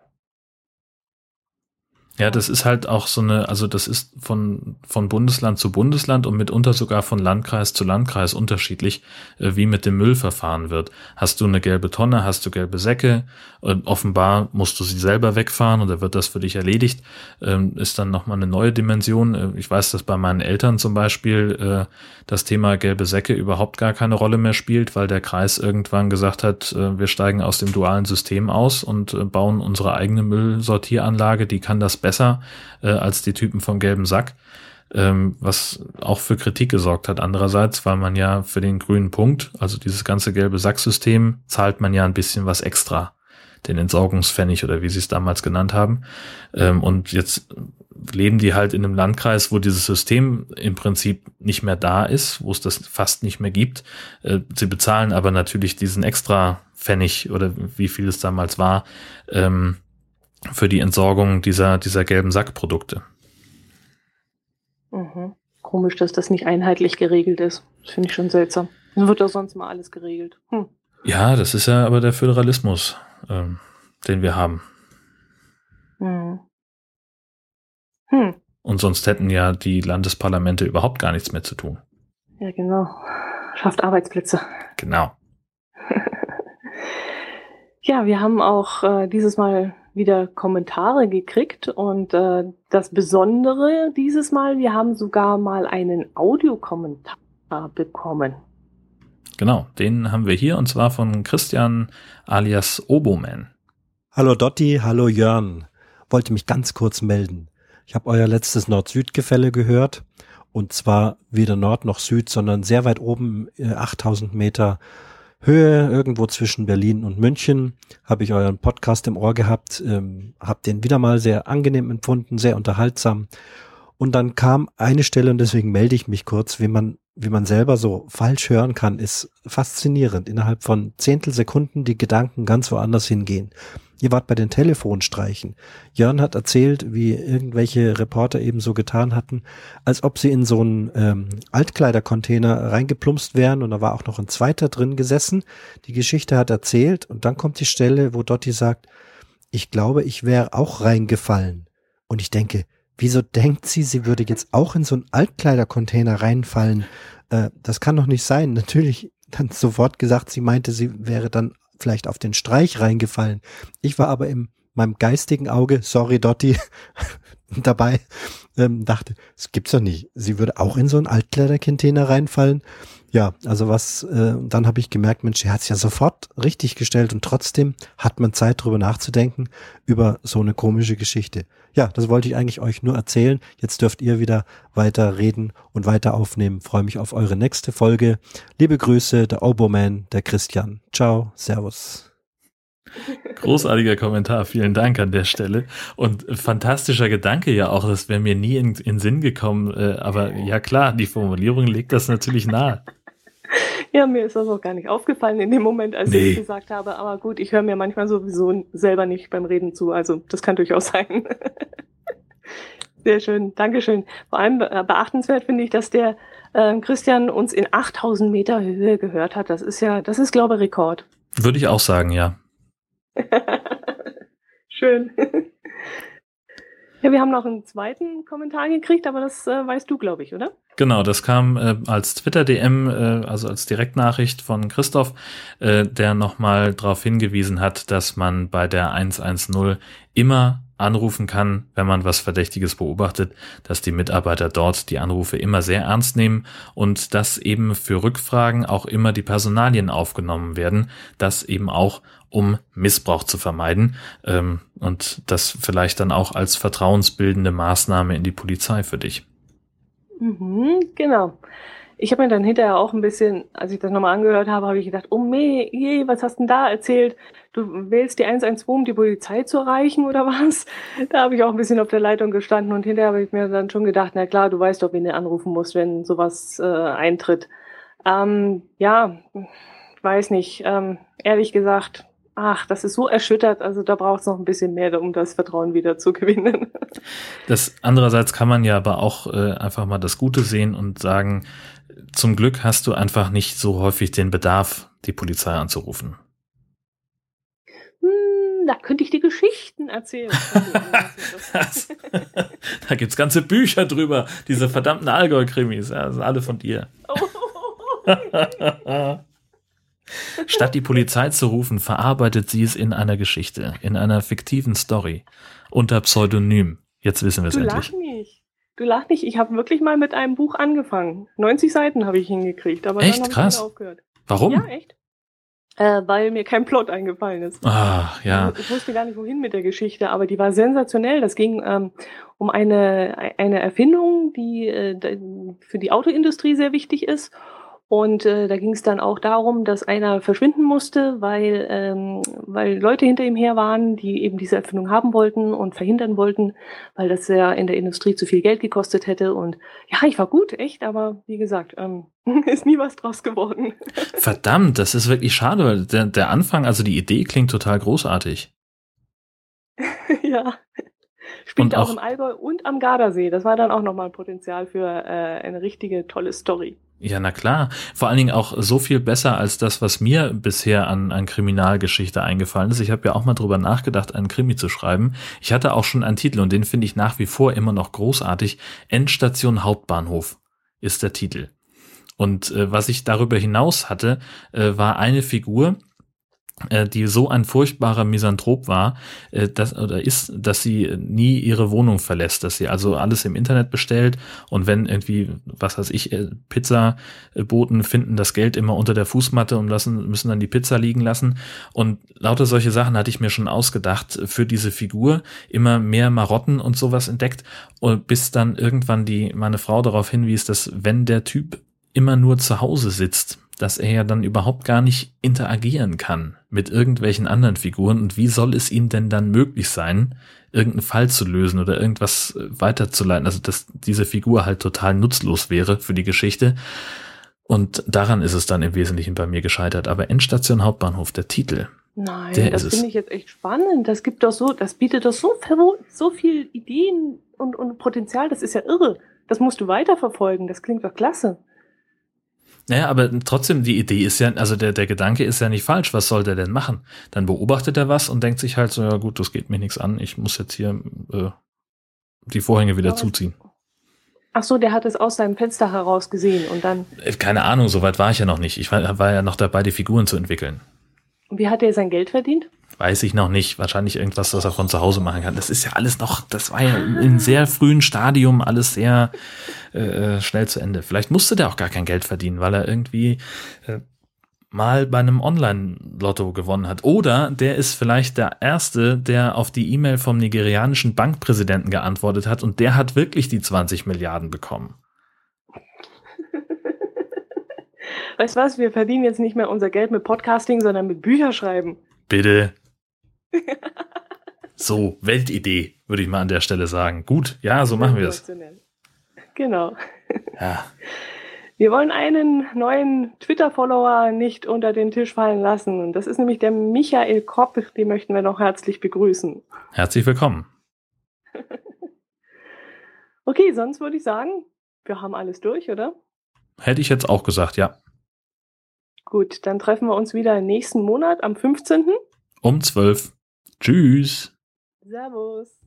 Ja, das ist halt auch so eine, also das ist von von Bundesland zu Bundesland und mitunter sogar von Landkreis zu Landkreis unterschiedlich, äh, wie mit dem Müll verfahren wird. Hast du eine gelbe Tonne, hast du gelbe Säcke, äh, offenbar musst du sie selber wegfahren oder wird das für dich erledigt, ähm, ist dann nochmal eine neue Dimension. Äh, ich weiß, dass bei meinen Eltern zum Beispiel äh, das Thema gelbe Säcke überhaupt gar keine Rolle mehr spielt, weil der Kreis irgendwann gesagt hat, äh, wir steigen aus dem dualen System aus und äh, bauen unsere eigene Müllsortieranlage, die kann das besser besser äh, als die Typen vom gelben Sack, ähm, was auch für Kritik gesorgt hat. Andererseits, weil man ja für den grünen Punkt, also dieses ganze gelbe Sacksystem, zahlt man ja ein bisschen was extra, den Entsorgungspfennig oder wie sie es damals genannt haben. Ähm, und jetzt leben die halt in einem Landkreis, wo dieses System im Prinzip nicht mehr da ist, wo es das fast nicht mehr gibt. Äh, sie bezahlen aber natürlich diesen extra Pfennig oder wie viel es damals war, ähm, für die Entsorgung dieser, dieser gelben Sackprodukte. Mhm. Komisch, dass das nicht einheitlich geregelt ist. Das finde ich schon seltsam. Dann wird doch sonst mal alles geregelt. Hm. Ja, das ist ja aber der Föderalismus, ähm, den wir haben. Hm. Hm. Und sonst hätten ja die Landesparlamente überhaupt gar nichts mehr zu tun. Ja, genau. Schafft Arbeitsplätze. Genau. Ja, wir haben auch äh, dieses Mal wieder Kommentare gekriegt und äh, das Besondere dieses Mal, wir haben sogar mal einen Audiokommentar bekommen. Genau, den haben wir hier und zwar von Christian alias Oboman. Hallo Dotti, hallo Jörn. Wollte mich ganz kurz melden. Ich habe euer letztes Nord-Süd-Gefälle gehört und zwar weder Nord noch Süd, sondern sehr weit oben, äh, achttausend Meter Höhe, irgendwo zwischen Berlin und München, habe ich euren Podcast im Ohr gehabt, ähm, habe den wieder mal sehr angenehm empfunden, sehr unterhaltsam. Und dann kam eine Stelle, und deswegen melde ich mich kurz, wie man, wie man selber so falsch hören kann, ist faszinierend. Innerhalb von Zehntelsekunden die Gedanken ganz woanders hingehen. Ihr wart bei den Telefonstreichen. Jörn hat erzählt, wie irgendwelche Reporter eben so getan hatten, als ob sie in so einen ähm, Altkleidercontainer reingeplumpst wären und da war auch noch ein zweiter drin gesessen. Die Geschichte hat erzählt und dann kommt die Stelle, wo Dotti sagt, ich glaube, ich wäre auch reingefallen. Und ich denke, wieso denkt sie, sie würde jetzt auch in so einen Altkleidercontainer reinfallen? Äh, das kann doch nicht sein. Natürlich dann sofort gesagt, sie meinte, sie wäre dann vielleicht auf den Streich reingefallen. Ich war aber in meinem geistigen Auge, sorry Dotti, dabei, ähm, dachte, es gibt's doch nicht. Sie würde auch in so einen Altkleidercontainer reinfallen. Ja, also was, äh, dann habe ich gemerkt, Mensch, er hat es ja sofort richtig gestellt und trotzdem hat man Zeit, drüber nachzudenken, über so eine komische Geschichte. Ja, das wollte ich eigentlich euch nur erzählen. Jetzt dürft ihr wieder weiter reden und weiter aufnehmen. Freue mich auf eure nächste Folge. Liebe Grüße, der Oboman, der Christian. Ciao, servus. Großartiger Kommentar, vielen Dank an der Stelle. Und fantastischer Gedanke ja auch, das wäre mir nie in, in Sinn gekommen. Äh, aber ja klar, die Formulierung legt das natürlich nahe. Ja, mir ist das auch gar nicht aufgefallen in dem Moment, als nee. ich es gesagt habe. Aber gut, ich höre mir manchmal sowieso selber nicht beim Reden zu. Also das kann durchaus sein. Sehr schön, Dankeschön. Vor allem beachtenswert finde ich, dass der äh, Christian uns in achttausend Meter Höhe gehört hat. Das ist ja, das ist, glaube ich, Rekord. Würde ich auch sagen, ja. Schön. Ja, wir haben noch einen zweiten Kommentar gekriegt, aber das äh, weißt du, glaube ich, oder? Genau, das kam äh, als Twitter-D M, äh, also als Direktnachricht von Christoph, äh, der nochmal darauf hingewiesen hat, dass man bei der hundertzehn immer anrufen kann, wenn man was Verdächtiges beobachtet, dass die Mitarbeiter dort die Anrufe immer sehr ernst nehmen und dass eben für Rückfragen auch immer die Personalien aufgenommen werden, das eben auch um Missbrauch zu vermeiden, ähm, und das vielleicht dann auch als vertrauensbildende Maßnahme in die Polizei für dich. Mhm, genau. Ich habe mir dann hinterher auch ein bisschen, als ich das nochmal angehört habe, habe ich gedacht, oh meh, je, was hast denn da erzählt? Du wählst die eins eins zwei, um die Polizei zu erreichen oder was? Da habe ich auch ein bisschen auf der Leitung gestanden und hinterher habe ich mir dann schon gedacht, na klar, du weißt doch, wen du anrufen musst, wenn sowas äh, eintritt. Ähm, ja, ich weiß nicht, ähm, ehrlich gesagt, ach, das ist so erschüttert, also da braucht es noch ein bisschen mehr, um das Vertrauen wieder zu gewinnen. Das andererseits kann man ja aber auch äh, einfach mal das Gute sehen und sagen, zum Glück hast du einfach nicht so häufig den Bedarf, die Polizei anzurufen. Hm, da könnte ich dir Geschichten erzählen. Da gibt's ganze Bücher drüber, diese verdammten Allgäu-Krimis, ja, sind alle von dir. Statt die Polizei zu rufen, verarbeitet sie es in einer Geschichte, in einer fiktiven Story, unter Pseudonym. Jetzt wissen wir es endlich. Du lach nicht. Du lach nicht. Ich habe wirklich mal mit einem Buch angefangen. neunzig Seiten habe ich hingekriegt, aber echt? Dann habe Krass. ich aufgehört. Warum? Ja, echt. Äh, weil mir kein Plot eingefallen ist. Ah, ja. Ich wusste gar nicht, wohin mit der Geschichte, aber die war sensationell. Das ging ähm, um eine, eine Erfindung, die äh, für die Autoindustrie sehr wichtig ist. Und äh, da ging es dann auch darum, dass einer verschwinden musste, weil, ähm, weil Leute hinter ihm her waren, die eben diese Erfindung haben wollten und verhindern wollten, weil das ja in der Industrie zu viel Geld gekostet hätte. Und ja, ich war gut, echt, aber wie gesagt, ähm, ist nie was draus geworden. Verdammt, das ist wirklich schade, weil der, der Anfang, also die Idee klingt total großartig. Ja. Spielt Und auch, auch im Allgäu und am Gardasee. Das war dann auch nochmal Potenzial für äh, eine richtige tolle Story. Ja, na klar. Vor allen Dingen auch so viel besser als das, was mir bisher an, an Kriminalgeschichte eingefallen ist. Ich habe ja auch mal drüber nachgedacht, einen Krimi zu schreiben. Ich hatte auch schon einen Titel und den finde ich nach wie vor immer noch großartig. Endstation Hauptbahnhof ist der Titel. Und äh, was ich darüber hinaus hatte, äh, war eine Figur, die so ein furchtbarer Misanthrop war, dass, oder ist, dass sie nie ihre Wohnung verlässt, dass sie also alles im Internet bestellt und wenn irgendwie, was weiß ich, Pizzaboten finden das Geld immer unter der Fußmatte und lassen, müssen dann die Pizza liegen lassen und lauter solche Sachen hatte ich mir schon ausgedacht für diese Figur, immer mehr Marotten und sowas entdeckt und bis dann irgendwann die, meine Frau darauf hinwies, dass wenn der Typ immer nur zu Hause sitzt, dass er ja dann überhaupt gar nicht interagieren kann mit irgendwelchen anderen Figuren und wie soll es ihm denn dann möglich sein, irgendeinen Fall zu lösen oder irgendwas weiterzuleiten, also dass diese Figur halt total nutzlos wäre für die Geschichte und daran ist es dann im Wesentlichen bei mir gescheitert, aber Endstation Hauptbahnhof, der Titel, Nein, der das ist es. finde ich jetzt echt spannend, das gibt doch so, das bietet doch so, so viel Ideen und, und Potenzial, das ist ja irre, das musst du weiterverfolgen, das klingt doch klasse. Naja, aber trotzdem, die Idee ist ja, also der, der Gedanke ist ja nicht falsch. Was soll der denn machen? Dann beobachtet er was und denkt sich halt so, ja gut, das geht mir nichts an. Ich muss jetzt hier äh, die Vorhänge wieder ja, zuziehen. Ach so, der hat es aus seinem Fenster heraus gesehen und dann... Keine Ahnung, soweit war ich ja noch nicht. Ich war, war ja noch dabei, die Figuren zu entwickeln. Wie hat er sein Geld verdient? Weiß ich noch nicht. Wahrscheinlich irgendwas, was er von zu Hause machen kann. Das ist ja alles noch, das war ja in einem sehr frühen Stadium alles sehr äh, schnell zu Ende. Vielleicht musste der auch gar kein Geld verdienen, weil er irgendwie äh, mal bei einem Online-Lotto gewonnen hat. Oder der ist vielleicht der Erste, der auf die E-Mail vom nigerianischen Bankpräsidenten geantwortet hat und der hat wirklich die zwanzig Milliarden bekommen. Weißt du was, wir verdienen jetzt nicht mehr unser Geld mit Podcasting, sondern mit Bücherschreiben. Bitte. So, Weltidee, würde ich mal an der Stelle sagen. Gut, ja, so machen wir es. Genau. Ja. Wir wollen einen neuen Twitter-Follower nicht unter den Tisch fallen lassen. Und das ist nämlich der Michael Kopp, den möchten wir noch herzlich begrüßen. Herzlich willkommen. Okay, sonst würde ich sagen, wir haben alles durch, oder? Hätte ich jetzt auch gesagt, ja. Gut, dann treffen wir uns wieder nächsten Monat am fünfzehnten Um zwölf. Tschüss. Servus.